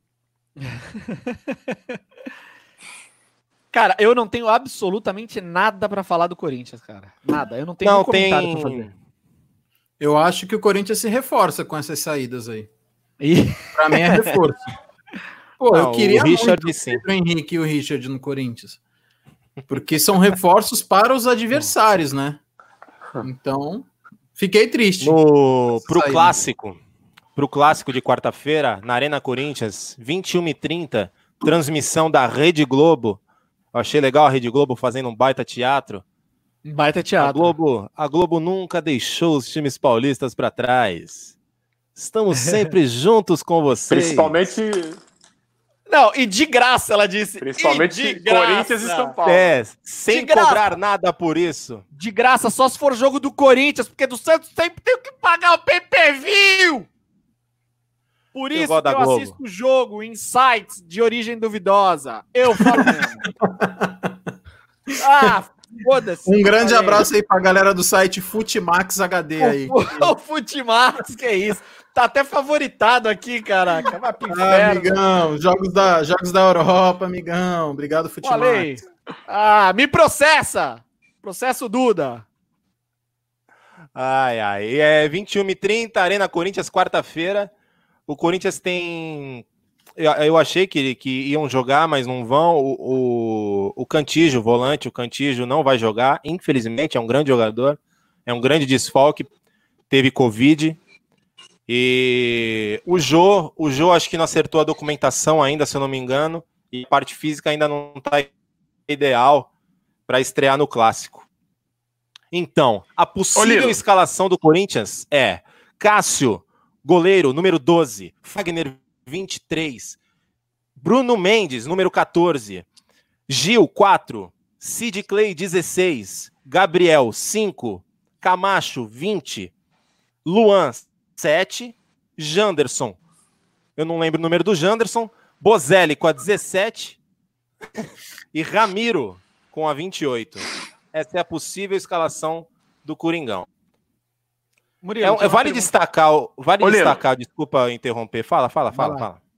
Cara, eu não tenho absolutamente nada para falar do Corinthians, cara. Nada. Eu não tenho não, um comentário tem... pra fazer. Eu acho que o Corinthians se reforça com essas saídas aí. E... Pra mim é reforço. Pô, não, eu queria o Richard, muito sim. o Pedro Henrique e o Richard no Corinthians. Porque são reforços para os adversários, né? Então, fiquei triste. No... Pro saída. clássico, pro clássico de quarta-feira, na Arena Corinthians, vinte e uma e trinta, transmissão da Rede Globo. Eu achei legal a Rede Globo fazendo um baita teatro. Um baita teatro. A Globo, a Globo nunca deixou os times paulistas para trás. Estamos sempre juntos com vocês. Principalmente... Não, e de graça, ela disse. Principalmente Corinthians e São Paulo. É, sem cobrar nada por isso. De graça, só se for jogo do Corinthians, porque do Santos sempre tem que pagar o pay-per-view. Por isso eu que eu Globo. assisto o jogo Insights de origem duvidosa. Eu falo mesmo. Ah, foda-se. Um grande abraço aí pra galera do site Futimax H D aí. O, o Futimax, que é isso. Tá até favoritado aqui, caraca. Vai pro inferno. Ah, amigão, jogos da, jogos da Europa, amigão. Obrigado, Futimax. Falei. Ah, me processa. Processo Duda. Ai, ai. É vinte e uma e trinta, Arena Corinthians, quarta-feira. O Corinthians tem... Eu, eu achei que, que iam jogar, mas não vão. O, o, o Cantillo, o volante, o Cantillo não vai jogar. Infelizmente, é um grande jogador. É um grande desfalque. Teve Covid. E o Jô, o Jô acho que não acertou a documentação ainda, se eu não me engano. E a parte física ainda não está ideal para estrear no Clássico. Então, a possível Olha. escalação do Corinthians é Cássio, goleiro, número doze. Fagner, vinte e três. Bruno Mendes, número quatorze. Gil, quatro. Sid Clay, dezesseis. Gabriel, cinco. Camacho, vinte. Luan, sete. Janderson, eu não lembro o número do Janderson. Bozelli com a dezessete. E Ramiro com a vinte e oito. Essa é a possível escalação do Coringão. Murilo, é, vale destacar, vale Olheiro. destacar, desculpa interromper. Fala, fala, fala, Vai fala.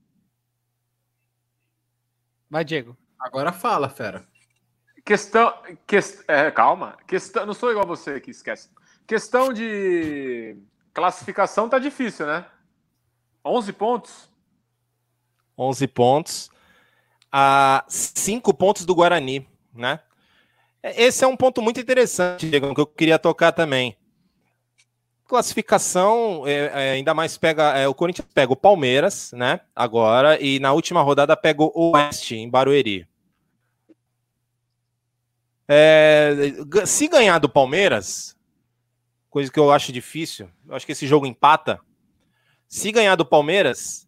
Vai, Diego. Agora fala, fera. Questão, que, é, calma. Questão, não sou igual a você que esquece. Questão de classificação tá difícil, né? onze pontos. onze pontos. A cinco pontos do Guarani, né? Esse é um ponto muito interessante, Diego, que eu queria tocar também. Classificação, é, é, ainda mais pega... É, o Corinthians pega o Palmeiras, né? Agora, e na última rodada pega o Oeste, em Barueri. É, se ganhar do Palmeiras, coisa que eu acho difícil, eu acho que esse jogo empata. Se ganhar do Palmeiras,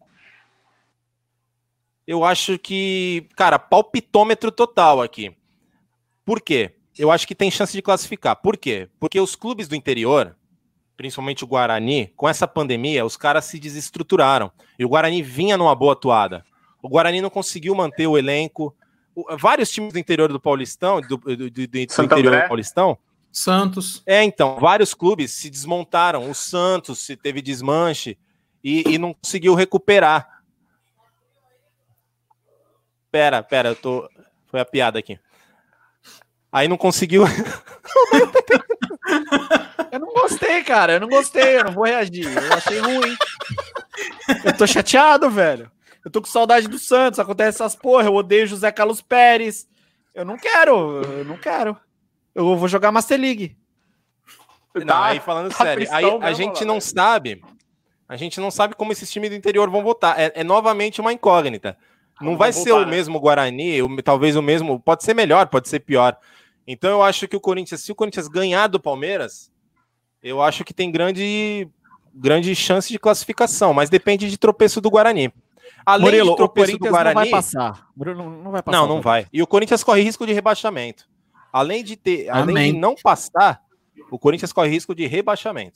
eu acho que, cara, palpitômetro total aqui. Por quê? Eu acho que tem chance de classificar. Por quê? Porque os clubes do interior, principalmente o Guarani, com essa pandemia, os caras se desestruturaram. E o Guarani vinha numa boa atuada. O Guarani não conseguiu manter o elenco. O, vários times do interior do Paulistão, do, do, do, do interior André. do Paulistão... Santos. É, então, vários clubes se desmontaram. O Santos se teve desmanche e, e não conseguiu recuperar. Pera, pera, eu tô... Foi a piada aqui. Aí não conseguiu... Eu não gostei, cara. Eu não gostei, eu não vou reagir. Eu achei ruim. Eu tô chateado, velho. Eu tô com saudade do Santos. Acontece essas porra. Eu odeio José Carlos Pérez. Eu não quero. Eu não quero. Eu vou jogar Master League. Não, tá, aí falando tá sério, aí a mesmo, gente lá, não velho. sabe, a gente não sabe como esses times do interior vão votar. É, é novamente uma incógnita. Não, não vai ser voltar, o né? mesmo Guarani, o, talvez o mesmo, pode ser melhor, pode ser pior. Então eu acho que o Corinthians, se o Corinthians ganhar do Palmeiras, eu acho que tem grande, grande chance de classificação, mas depende de tropeço do Guarani. Além Murilo, de tropeço o Corinthians do Guarani, não vai passar. Bruno não vai passar. Não, não vai. E o Corinthians corre risco de rebaixamento. Além de ter, Amém. além de não passar, o Corinthians corre risco de rebaixamento.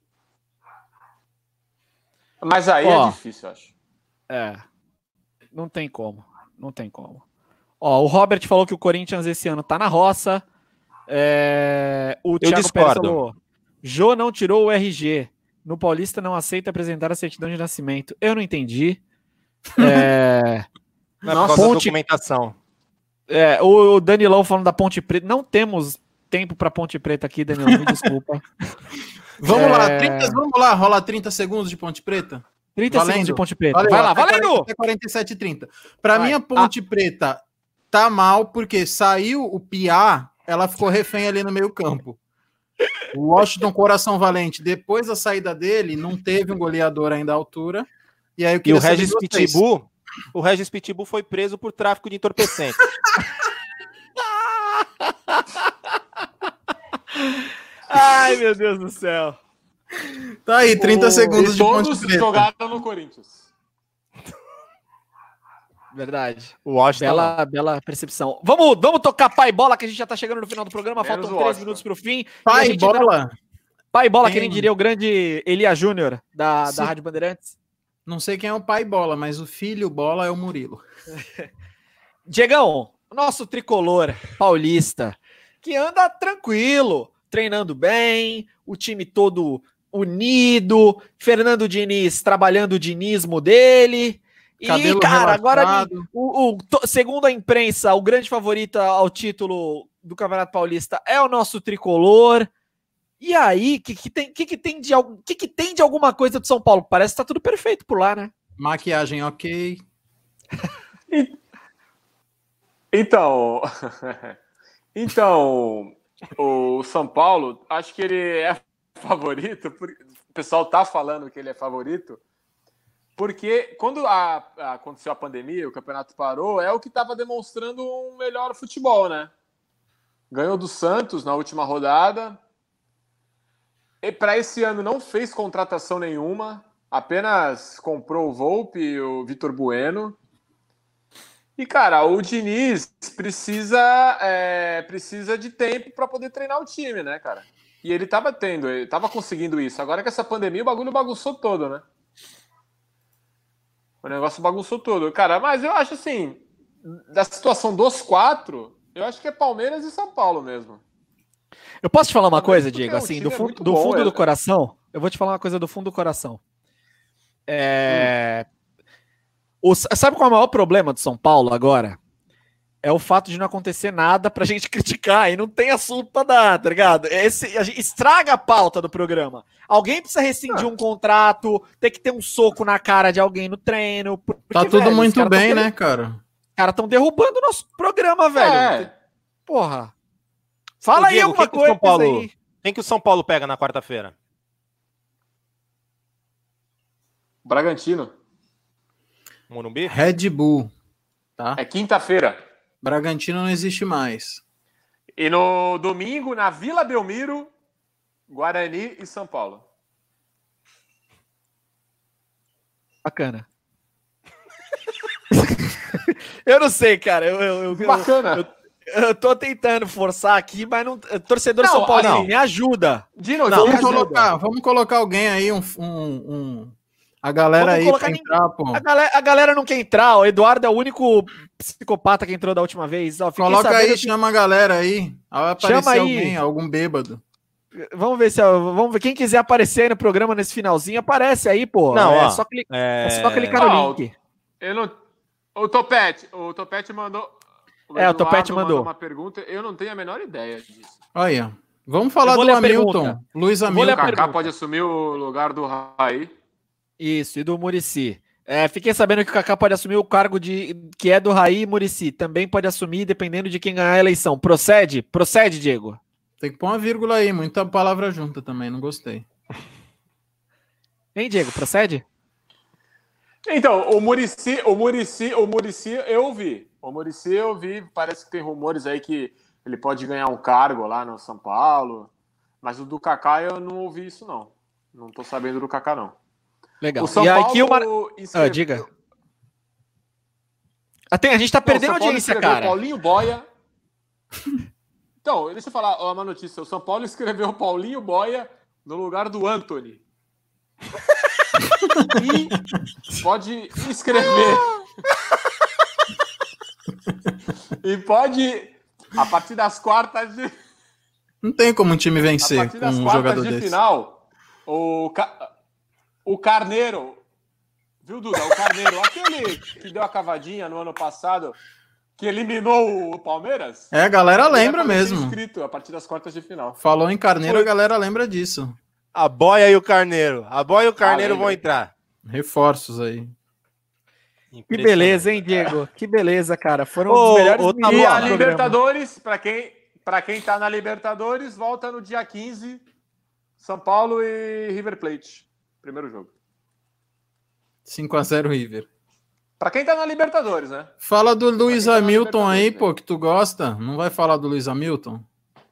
Mas aí Ó, é difícil, eu acho. É. Não tem como. Não tem como. Ó, o Robert falou que o Corinthians esse ano tá na roça. É... O Thiago Pérez falou: Jô não tirou o R G. No Paulista não aceita apresentar a certidão de nascimento. Eu não entendi. É... Não é por causa Ponte... da documentação. É, o Danilão falando da Ponte Preta. Não temos tempo para Ponte Preta aqui, Danilão. Me desculpa. Vamos é... lá, trinta, vamos lá, rola trinta segundos de Ponte Preta. trinta valendo. Segundos de Ponte Preta. Valeu, vai lá, valendo! Até quarenta e sete e trinta. Para mim, a Ponte ah. Preta tá mal porque saiu o Piá, ela ficou refém ali no meio campo. O Washington Coração Valente, depois da saída dele, não teve um goleador ainda à altura. E aí eu e o Regis Pitbull, o Regis Pitbull foi preso por tráfico de entorpecente. Ai, meu Deus do céu. Tá aí, trinta o... segundos e de Ponte Ponte Preta. Jogaram no Corinthians. Verdade. O Washington. Bela, bela percepção. Vamos, vamos tocar pai bola, que a gente já tá chegando no final do programa. Menos Faltam três minutos pro fim. Pai bola? Não... Pai bola, Tem... que nem diria o grande Elia Júnior da, da Rádio Bandeirantes. Não sei quem é o pai bola, mas o filho bola é o Murilo. Diegão, nosso tricolor paulista, que anda tranquilo, treinando bem, o time todo unido, Fernando Diniz trabalhando o dinismo dele. Cabelo e, cara, relaxado. agora, o, o, to, segundo a imprensa, o grande favorito ao título do Campeonato Paulista é o nosso tricolor. E aí, o que, que, tem, que, que, tem de, que, que tem de alguma coisa do São Paulo? Parece que tá tudo perfeito por lá, né? Maquiagem ok. Então, então, o São Paulo, acho que ele é favorito, o pessoal tá falando que ele é favorito, porque quando a, a, aconteceu a pandemia, o campeonato parou, é o que estava demonstrando um melhor futebol, né? Ganhou do Santos na última rodada. E para esse ano não fez contratação nenhuma, apenas comprou o Volpi e o Vitor Bueno. E, cara, o Diniz precisa, é, precisa de tempo para poder treinar o time, né, cara? E ele tava tendo, ele tava conseguindo isso. Agora que essa pandemia, o bagulho bagunçou todo, né? O negócio bagunçou todo. Cara, mas eu acho assim, da situação dos quatro, eu acho que é Palmeiras e São Paulo mesmo. Eu posso te falar uma coisa, Diego, assim, do fundo, do, fundo bom, do coração, eu vou te falar uma coisa do fundo do coração. É... O, sabe qual é o maior problema do São Paulo agora? É o fato de não acontecer nada pra gente criticar e não tem assunto pra dar, tá ligado? Esse, a gente estraga a pauta do programa. Alguém precisa rescindir ah. um contrato, tem que ter um soco na cara de alguém no treino. Porque, tá tudo velho, muito bem, tão, né, cara? Os caras estão derrubando o nosso programa, velho. É. Porra. Fala Ô, aí Diego, alguma quem coisa que o São Paulo, aí. Quem que o São Paulo pega na quarta-feira? Bragantino. Morumbi? Red Bull. Tá? É quinta-feira. Bragantino não existe mais. E no domingo, na Vila Belmiro, Guarani e São Paulo. Bacana. Eu não sei, cara. Eu, eu, eu, Bacana. Eu, eu, eu tô tentando forçar aqui, mas não. Torcedor não, São Paulo, não. Me ajuda. Dino, não, vamos, colocar, vamos colocar alguém aí, um. um, um... A galera vamos aí pra entrar, pô. A galera, a galera não quer entrar. O Eduardo é o único psicopata que entrou da última vez. Ó, coloca aí, que... chama a galera aí. Vai aparecer chama alguém, aí. Algum bêbado. Vamos ver se vamos ver quem quiser aparecer aí no programa nesse finalzinho, aparece aí, pô. Não, é, ó, só, clicar, é... é só clicar no link. Eu não... O Topete, o Topete mandou. O é, o Topete mandou. mandou uma pergunta. Eu não tenho a menor ideia disso. Olha, vamos falar do Hamilton. Luiz Hamilton. O Kaká pode assumir o lugar do Raí. Isso, e do Muricy. É, fiquei sabendo que o Kaká pode assumir o cargo de que é do Raí e Muricy. Também pode assumir, dependendo de quem ganhar a eleição. Procede? Procede, Diego. Tem que pôr uma vírgula aí, muita palavra junta também, não gostei. Hein, Diego, procede? Então, o Muricy, o Muricy, o Muricy eu vi. O Muricy eu vi, parece que tem rumores aí que ele pode ganhar um cargo lá no São Paulo. Mas o do Kaká eu não ouvi isso, não. Não tô sabendo do Kaká, não. Legal. O São e Paulo aqui uma... escreve... ah, diga. Até, a gente tá perdendo não, audiência, cara. Paulinho Boia. Então, deixa eu falar uma notícia. O São Paulo escreveu Paulinho Boia no lugar do Antony. E pode escrever. E pode, a partir das quartas de... Não tem como um time vencer com um jogador de desse. Final, o, Ca... o Carneiro, viu, Duda? O Carneiro, aquele que deu a cavadinha no ano passado, que eliminou o Palmeiras. É, a galera lembra mesmo. Inscrito a partir das quartas de final. Falou em Carneiro, a galera lembra disso. A Boia e o Carneiro. A Boia e o Carneiro ah, vão entrar. Reforços aí. Que beleza, hein, Diego? Que beleza, cara. Foram oh, os melhores oh, E a Libertadores, para quem, pra quem tá na Libertadores, volta no dia quinze, São Paulo e River Plate. Primeiro jogo. cinco a zero River. Pra quem tá na Libertadores, né? Fala do Luiz tá Hamilton aí, pô, que tu gosta. Não vai falar do Luiz Hamilton?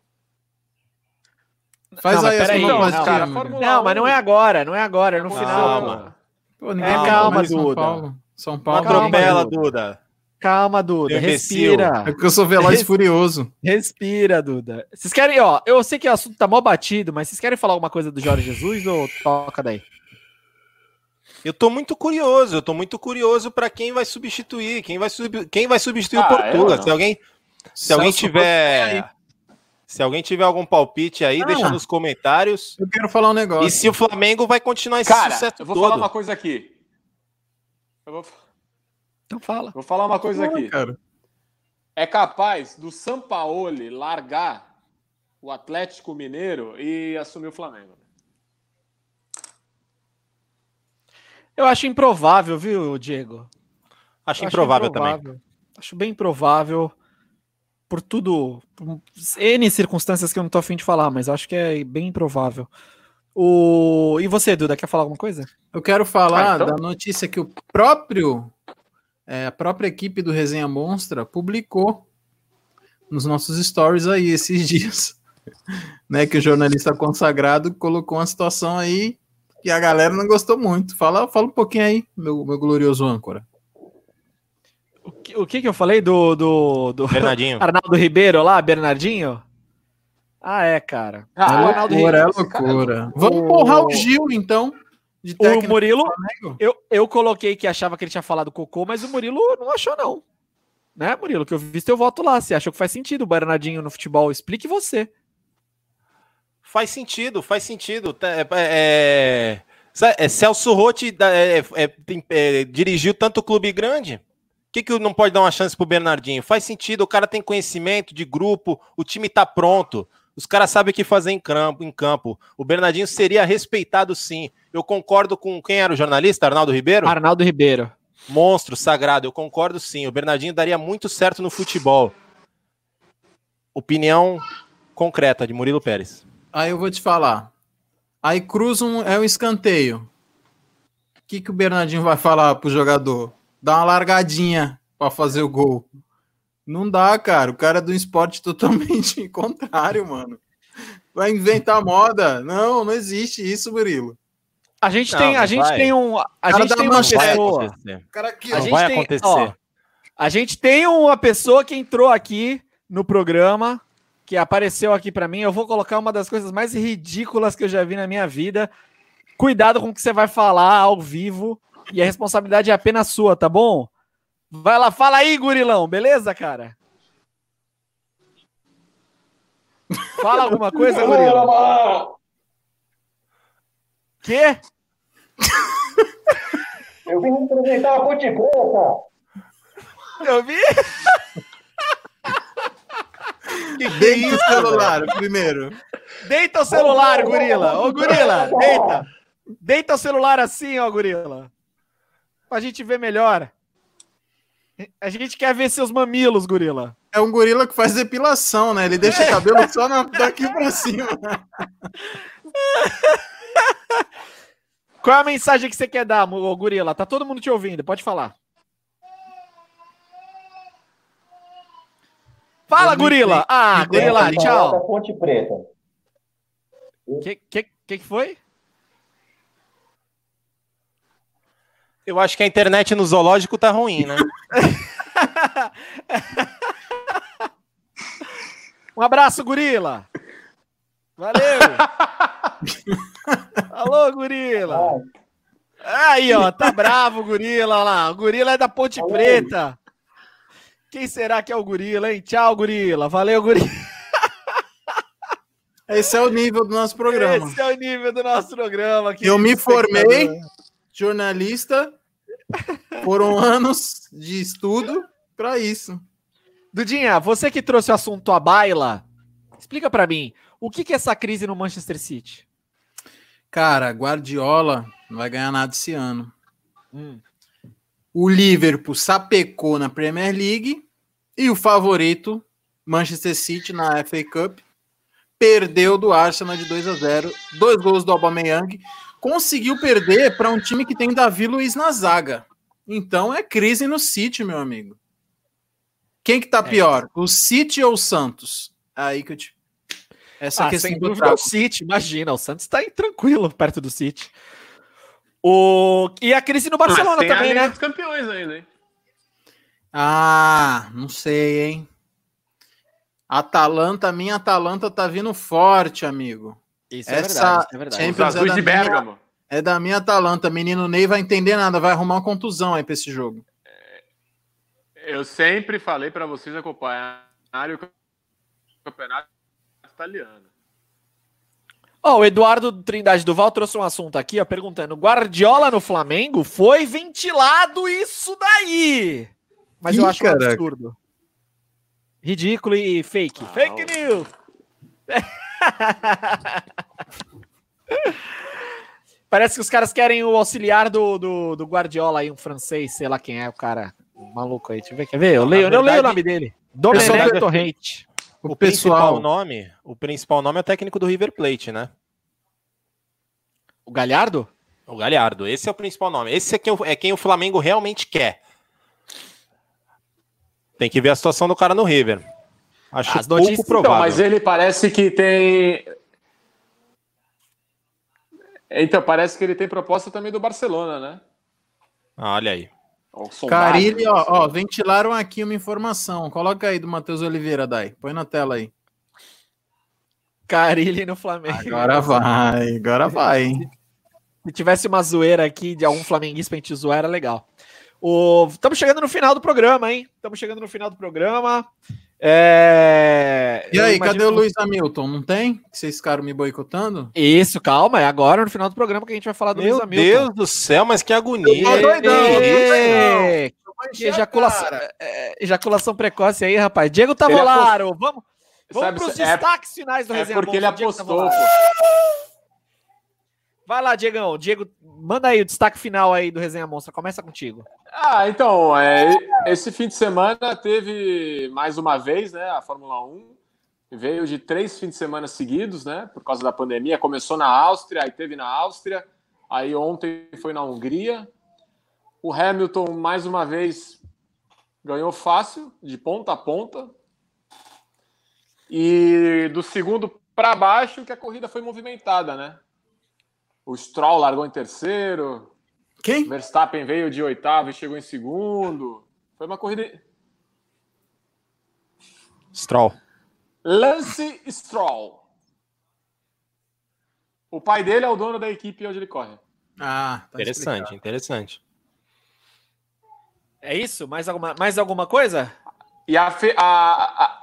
Faz não, aí essa não, não, não, mas não é agora, não é agora, é no calma. final, mano. Pô, ninguém é, calma, Duda. São Paulo. São Paulo. Não atropela, Duda. Calma, Duda. Respira. É porque eu sou veloz e furioso. Respira, Duda. Vocês querem, ó, eu sei que o assunto tá mó batido, mas vocês querem falar alguma coisa do Jorge Jesus ou toca daí? Eu tô muito curioso, eu tô muito curioso para quem vai substituir, quem vai, sub... quem vai substituir ah, o Portuga. Se alguém, se alguém tiver... Se alguém tiver algum palpite aí, ah, deixa nos comentários. Eu quero falar um negócio. E se o Flamengo vai continuar esse Cara, sucesso eu vou todo. falar uma coisa aqui. Eu vou... Então fala. Vou falar uma coisa aqui. Cara. É capaz do Sampaoli largar o Atlético Mineiro e assumir o Flamengo. Eu acho improvável, viu, Diego? Acho, acho improvável, improvável também. Acho bem improvável. Por tudo, por N circunstâncias que eu não tô afim de falar, mas acho que é bem improvável. O... E você, Duda, quer falar alguma coisa? Eu quero falar ah, então? da notícia que o próprio, é, a própria equipe do Resenha Monstra publicou nos nossos stories aí esses dias. Né, que o jornalista consagrado colocou uma situação aí que a galera não gostou muito. Fala, fala um pouquinho aí, meu, meu glorioso âncora. O que, o que que eu falei do, do, do Bernardinho. Arnaldo Ribeiro lá, Bernardinho? Ah, é, cara. Ah, o Arnaldo loucura, é loucura. Vamos empurrar o Gil, então. De o Murilo, eu, eu coloquei que achava que ele tinha falado cocô, mas o Murilo não achou, não. Né, Murilo? Que eu vi teu voto lá. Você achou que faz sentido o Bernardinho no futebol? Explique você. Faz sentido, faz sentido. É, é, é, Celso Rotti é, é, é, dirigiu tanto clube grande. Por que, que não pode dar uma chance pro Bernardinho? Faz sentido, o cara tem conhecimento de grupo, o time tá pronto, os caras sabem o que fazer em campo, em campo. O Bernardinho seria respeitado sim. Eu concordo com quem era o jornalista, Arnaldo Ribeiro? Arnaldo Ribeiro. Monstro, sagrado, eu concordo sim. O Bernardinho daria muito certo no futebol. Opinião concreta de Murilo Pérez. Aí eu vou te falar. Aí cruza um, é um escanteio. O que, que o Bernardinho vai falar pro jogador? Dá uma largadinha pra fazer o gol. Não dá, cara. O cara é do esporte totalmente contrário, mano. Vai inventar moda. Não, não existe isso, Murilo. A gente não, tem, a gente tem um, a gente tem uma pessoa. Cara aqui, a ó, gente vai tem, acontecer. Ó, a gente tem uma pessoa que entrou aqui no programa, que apareceu aqui pra mim. Eu vou colocar uma das coisas mais ridículas que eu já vi na minha vida. Cuidado com o que você vai falar ao vivo. E a responsabilidade é apenas sua, tá bom? Vai lá, fala aí, gurilão, beleza, cara? Fala alguma coisa, gurilão. Quê? Eu vim representar a Ponte Preta. Eu vi? Deita o celular primeiro. Deita o celular, gorila. Ô, gorila, deita. Deita o celular assim, ó, gorila. Pra gente ver melhor. A gente quer ver seus mamilos, gorila. É um gorila que faz depilação, né? Ele deixa o cabelo só na, daqui pra cima. Qual é a mensagem que você quer dar, gorila? Tá todo mundo te ouvindo, pode falar. Fala, Gorila! Ah, Gorila, tchau. Ponte Preta. O que, que, que foi? Eu acho que a internet no zoológico tá ruim, né? Um abraço, Gorila! Valeu! Alô, Gorila! Aí, ó, tá bravo o Gorila, olha lá. O Gorila é da Ponte Preta. Quem será que é o Gorila, hein? Tchau, Gorila. Valeu, Gorila. Esse é o nível do nosso programa. Esse é o nível do nosso programa. Eu me formei jornalista, foram anos de estudo para isso. Dudinha, você que trouxe o assunto à baila, explica para mim, o que, que é essa crise no Manchester City? Cara, Guardiola não vai ganhar nada esse ano. Hum. O Liverpool sapecou na Premier League e o favorito, Manchester City, na F A Cup, perdeu do Arsenal de dois a zero, dois gols do Aubameyang, conseguiu perder para um time que tem Davi Luiz na zaga. Então é crise no City, meu amigo. Quem que tá pior, é. o City ou o Santos? Aí que eu te... Essa ah, questão sem dúvida é o City, imagina, o Santos tá aí tranquilo perto do City. O... E a crise no Barcelona Mas tem também, a Liga né? dos Campeões ainda, hein? Ah, não sei, hein? Atalanta, minha Atalanta tá vindo forte, amigo. Isso é verdade, isso é verdade. Champions Os azuis é de minha, Bérgamo. é da minha Atalanta. Menino Ney vai entender nada, vai arrumar uma contusão aí pra esse jogo. Eu sempre falei para vocês acompanharem o campeonato italiano. Ó, oh, o Eduardo Trindade Duval trouxe um assunto aqui, ó, perguntando: Guardiola no Flamengo foi ventilado isso daí? Mas Ih, eu acho caraca. um absurdo. Ridículo e fake. Ah, fake news! Parece que os caras querem o auxiliar do, do, do Guardiola aí, um francês, sei lá quem é o cara maluco aí. Deixa eu ver, quer ver? Eu, leio, verdade, eu leio o nome dele. Domenech Torrente. O, o principal nome, o principal nome é o técnico do River Plate, né? O Galhardo? O Galhardo, esse é o principal nome. Esse é quem, é quem o Flamengo realmente quer. Tem que ver a situação do cara no River. Acho As pouco notícias, provável. Então, mas ele parece que tem... Então, parece que ele tem proposta também do Barcelona, né? Ah, olha aí. Carilli, ó, ó, ventilaram aqui uma informação. Coloca aí do Matheus Oliveira, Dai. Põe na tela aí. Carilli no Flamengo. Agora vai, agora vai. Hein? Se tivesse uma zoeira aqui de algum flamenguista pra gente zoar, era legal. Estamos chegando no final do programa, hein? Estamos chegando no final do programa. É... E aí, cadê o Luiz Hamilton? Não tem? Que vocês ficaram me boicotando? Isso, calma. É agora no final do programa que a gente vai falar do Meu Luiz Hamilton. Meu Deus do céu, mas que agonia. Eu tô doidão, é... Que ejaculação, é, ejaculação precoce aí, rapaz. Diego Tavolaro, apost... vamos, vamos para os destaques é... finais do é Resenha porque Monstro, ele apostou. Vai lá, Diegão. Diego, manda aí o destaque final aí do Resenha Monstra. Começa contigo. Ah, então, é, esse fim de semana teve mais uma vez, né, a Fórmula um. Veio de três fins de semana seguidos, né, por causa da pandemia. Começou na Áustria, aí teve na Áustria, aí ontem foi na Hungria. O Hamilton, mais uma vez, ganhou fácil, de ponta a ponta. E do segundo para baixo que a corrida foi movimentada, né? O Stroll largou em terceiro. Quem? Verstappen veio de oitavo e chegou em segundo. Foi uma corrida... Stroll. Lance Stroll. O pai dele é o dono da equipe onde ele corre. Ah, tá interessante, explicado. interessante. É isso? Mais alguma, mais alguma coisa? E a, Fe, a, a,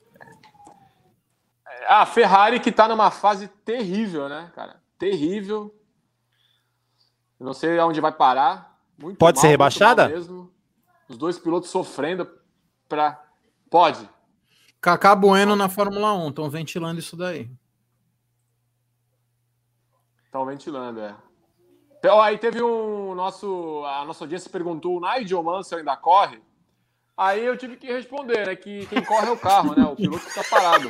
a Ferrari que tá numa fase terrível, né, cara? Terrível. Eu não sei aonde vai parar. Muito Pode mal, ser rebaixada? Mesmo. Os dois pilotos sofrendo para... Pode. Cacá Bueno na Fórmula um. Estão ventilando isso daí. Estão ventilando, é. Então, aí teve um... Nosso, a nossa audiência perguntou, o Nigel Mansell ainda corre? Aí eu tive que responder, né? Que quem corre é o carro, né? O piloto fica parado.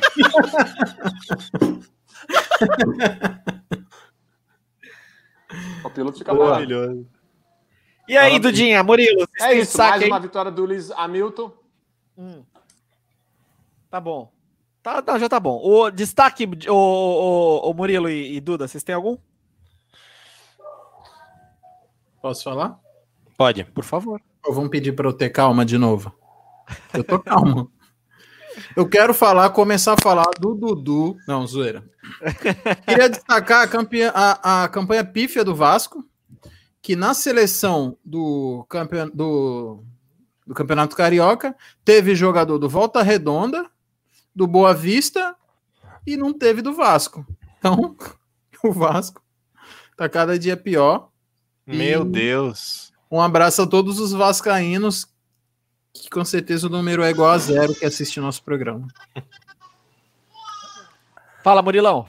O piloto fica maravilhoso. E aí, Dudinha, Murilo? É isso, mais aí? Uma vitória do Lewis Hamilton. Hum. Tá bom. Tá, tá, já tá bom. O destaque, o, o, o Murilo e, e Duda, vocês têm algum? Posso falar? Pode. Por favor. Ou vão pedir para eu ter calma de novo? Eu tô calmo. Eu quero falar, começar a falar do Dudu. Não, zoeira. Queria destacar a, campeã, a, a campanha pífia do Vasco, que na seleção do, campeon, do, do Campeonato Carioca teve jogador do Volta Redonda, do Boa Vista e não teve do Vasco. Então, o Vasco tá cada dia pior. Meu e Deus. Um abraço a todos os vascaínos, que com certeza o número é igual a zero que assiste o nosso programa. Fala, Murilão.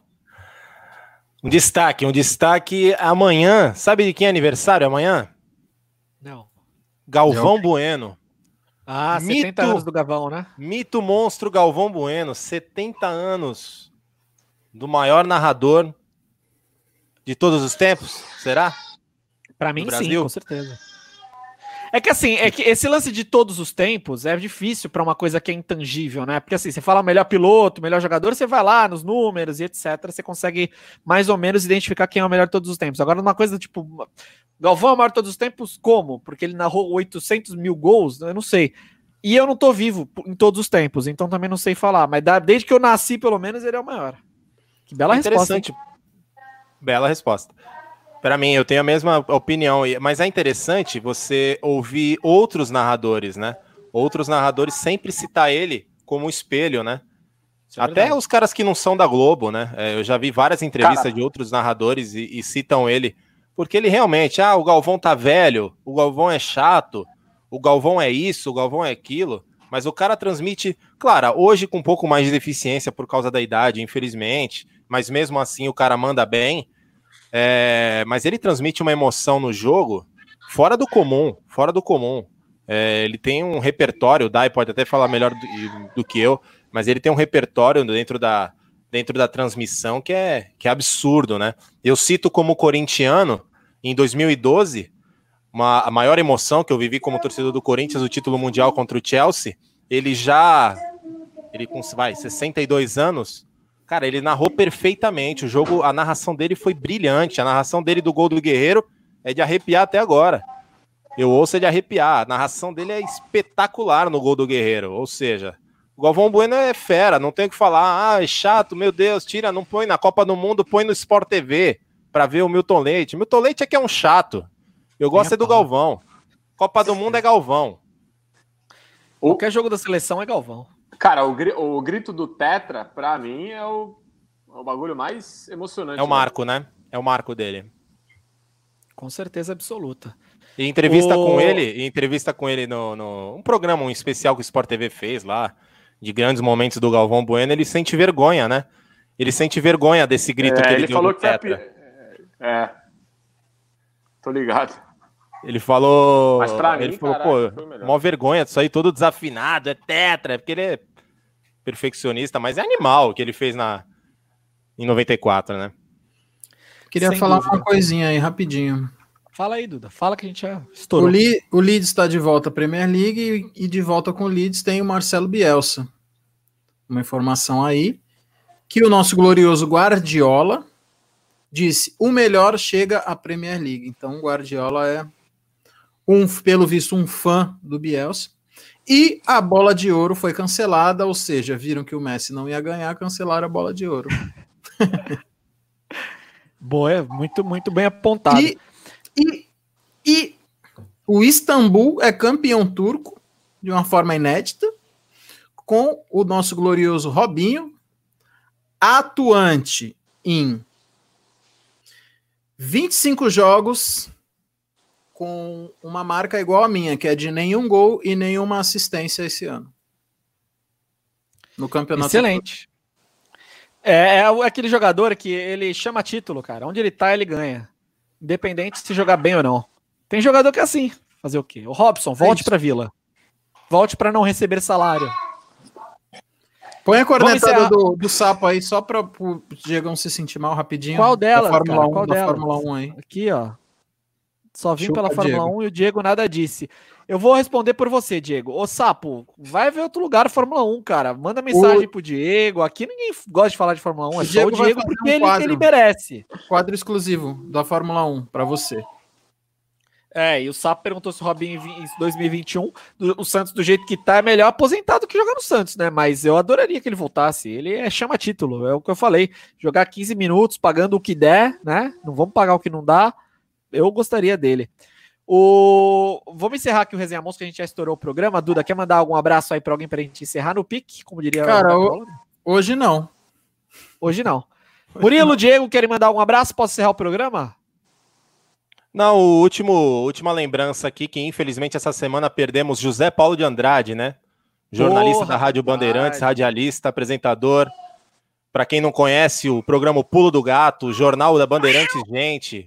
Um destaque, um destaque amanhã. Sabe de quem é aniversário amanhã? Não. Galvão Bueno. Ah, Mito, setenta anos do Galvão, né? Mito monstro Galvão Bueno, setenta anos do maior narrador de todos os tempos, será? Pra mim, sim, com certeza. É que assim, é que esse lance de todos os tempos é difícil pra uma coisa que é intangível, né? Porque assim, você fala melhor piloto, melhor jogador, você vai lá nos números e etcétera. Você consegue mais ou menos identificar quem é o melhor de todos os tempos. Agora, uma coisa tipo, Galvão é o maior de todos os tempos, como? Porque ele narrou oitocentos mil gols? Eu não sei. E eu não tô vivo em todos os tempos, então também não sei falar. Mas desde que eu nasci, pelo menos, ele é o maior. Que bela resposta. Interessante. Bela resposta. Para mim, eu tenho a mesma opinião, mas é interessante você ouvir outros narradores, né? Outros narradores sempre citar ele como espelho, né? É Até verdade. Os caras que não são da Globo, né? É, eu já vi várias entrevistas Cara. de outros narradores e, e citam ele, porque ele realmente, ah, o Galvão tá velho, o Galvão é chato, o Galvão é isso, o Galvão é aquilo, mas o cara transmite, claro, hoje com um pouco mais de deficiência por causa da idade, infelizmente, mas mesmo assim o cara manda bem. É, mas ele transmite uma emoção no jogo fora do comum, fora do comum. É, ele tem um repertório, o Dai pode até falar melhor do, do que eu, mas ele tem um repertório dentro da, dentro da transmissão que é, que é absurdo, né? Eu cito como corintiano, em dois mil e doze, uma, a maior emoção que eu vivi como torcedor do Corinthians, o título mundial contra o Chelsea, ele já, ele com vai, sessenta e dois anos, cara, ele narrou perfeitamente, o jogo, a narração dele foi brilhante, a narração dele do gol do Guerreiro é de arrepiar até agora. Eu ouço é de arrepiar, a narração dele é espetacular no gol do Guerreiro, ou seja, o Galvão Bueno é fera, não tem o que falar, ah, é chato, meu Deus, tira, não põe na Copa do Mundo, põe no Sport T V pra ver o Milton Leite. Milton Leite é que é um chato, eu gosto é, é do Galvão. Copa do Mundo é Galvão. Qualquer jogo da seleção é Galvão. Cara, o, gri o grito do Tetra, pra mim, é o, é o bagulho mais emocionante. É o marco, né? É o marco dele. Com certeza absoluta. E entrevista o... com ele, e entrevista com ele no, no um programa um especial que o Sport T V fez lá, de grandes momentos do Galvão Bueno, ele sente vergonha, né? Ele sente vergonha desse grito é, que ele, ele deu falou no que Tetra. É, é, tô ligado. Ele falou, Mas pra ele mim, falou, caraca, pô, mó vergonha disso aí, todo desafinado, é Tetra, é porque ele é perfeccionista, mas é animal o que ele fez na, em noventa e quatro, né? Queria Sem falar dúvida. uma coisinha aí, rapidinho. Fala aí, Duda. Fala que a gente já estourou. O, Le o Leeds está de volta à Premier League e de volta com o Leeds tem o Marcelo Bielsa. Uma informação aí que o nosso glorioso Guardiola disse, o melhor chega à Premier League. Então o Guardiola é, um, pelo visto, um fã do Bielsa. E a bola de ouro foi cancelada, ou seja, viram que o Messi não ia ganhar, cancelaram a bola de ouro. Boa, é muito, muito bem apontado. E, e, e o Istambul é campeão turco de uma forma inédita, com o nosso glorioso Robinho, atuante em vinte e cinco jogos, com uma marca igual a minha, que é de nenhum gol e nenhuma assistência esse ano. No campeonato. Excelente. É, é aquele jogador que ele chama título, cara. Onde ele tá, ele ganha. Independente se jogar bem ou não. Tem jogador que é assim. Fazer o quê? O Robson, volte é pra Vila. Volte pra não receber salário. Põe a cornetada do, do sapo aí, só para o Diego se sentir mal rapidinho. Qual delas, da Fórmula cara? um, Qual da delas? Fórmula um aí. Aqui, ó. Só vim Chupa, pela Fórmula Diego. um e o Diego nada disse. Eu vou responder por você, Diego. Ô, Sapo, vai ver outro lugar Fórmula um, cara. Manda mensagem o... pro Diego. Aqui ninguém gosta de falar de Fórmula um. É o só Diego o Diego porque um ele, ele merece. Quadro exclusivo da Fórmula um pra você. É, e o Sapo perguntou se o Robinho em dois mil e vinte e um, o Santos do jeito que tá, é melhor aposentado que jogar no Santos, né? Mas eu adoraria que ele voltasse. Ele é chama título, é o que eu falei. Jogar quinze minutos, pagando o que der, né? Não vamos pagar o que não dá. Eu gostaria dele. O... Vamos encerrar aqui o Resenha Monstro, que a gente já estourou o programa. Duda, quer mandar algum abraço aí pra alguém pra gente encerrar no pique? Como diria Cara, o... hoje não. Hoje não. Murilo, Diego, querem mandar algum abraço? Posso encerrar o programa? Não, o último, última lembrança aqui, que infelizmente essa semana perdemos José Paulo de Andrade, né? Jornalista Porra, da Rádio Bandeirantes, verdade. Radialista, apresentador. Para quem não conhece, o programa O Pulo do Gato, o Jornal da Bandeirantes, gente,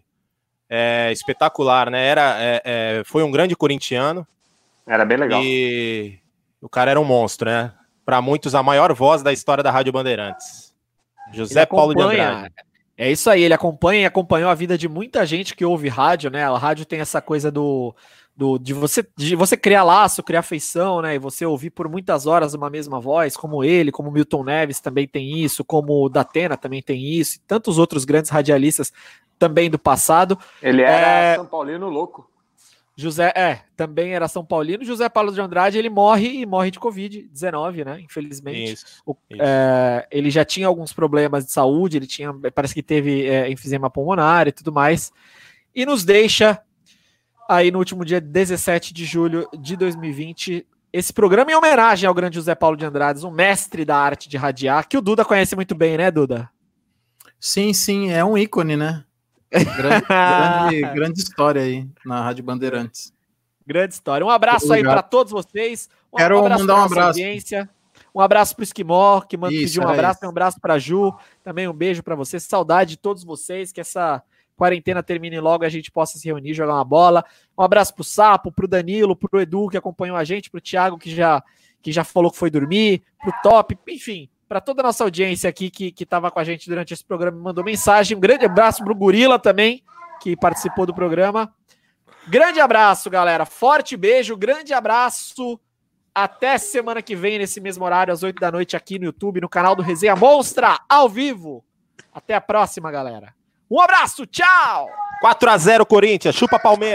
é espetacular, né? Era, é, é, foi um grande corintiano. Era bem legal. E o cara era um monstro, né? Para muitos, a maior voz da história da Rádio Bandeirantes. José Paulo de Andrade. É isso aí, ele acompanha e acompanhou a vida de muita gente que ouve rádio, né? A rádio tem essa coisa do, do de, você, de você criar laço, criar afeição, né? E você ouvir por muitas horas uma mesma voz, como ele, como Milton Neves também tem isso, como o Datena também tem isso, e tantos outros grandes radialistas também do passado. Ele era é... São Paulino louco. José, é, também era São Paulino. José Paulo de Andrade, ele morre e morre de covid dezenove, né? Infelizmente. Isso, o, isso. É, ele já tinha alguns problemas de saúde, ele tinha, parece que teve é, enfisema pulmonar e tudo mais. E nos deixa aí no último dia dezessete de julho de dois mil e vinte esse programa em homenagem ao grande José Paulo de Andrade, um mestre da arte de radiar, que o Duda conhece muito bem, né, Duda? Sim, sim, é um ícone, né? Grande, grande, grande história aí na Rádio Bandeirantes. Grande história. Um abraço aí para todos vocês. Um Quero abraço mandar um abraço. Audiência. Um abraço para o Esquimó, que manda pedir um abraço. Um abraço para a Ju. Também um beijo para você. Saudade de todos vocês. Que essa quarentena termine logo e a gente possa se reunir, jogar uma bola. Um abraço para o Sapo, para o Danilo, para o Edu, que acompanhou a gente, para o Thiago, que já, que já falou que foi dormir, para o Top, enfim. Para toda a nossa audiência aqui que estava com a gente durante esse programa, mandou mensagem. Um grande abraço para o Gorila também, que participou do programa. Grande abraço, galera. Forte beijo, grande abraço. Até semana que vem, nesse mesmo horário, às oito da noite, aqui no YouTube, no canal do Resenha Monstra, ao vivo. Até a próxima, galera. Um abraço, tchau! quatro a zero, Corinthians. Chupa Palmeiras.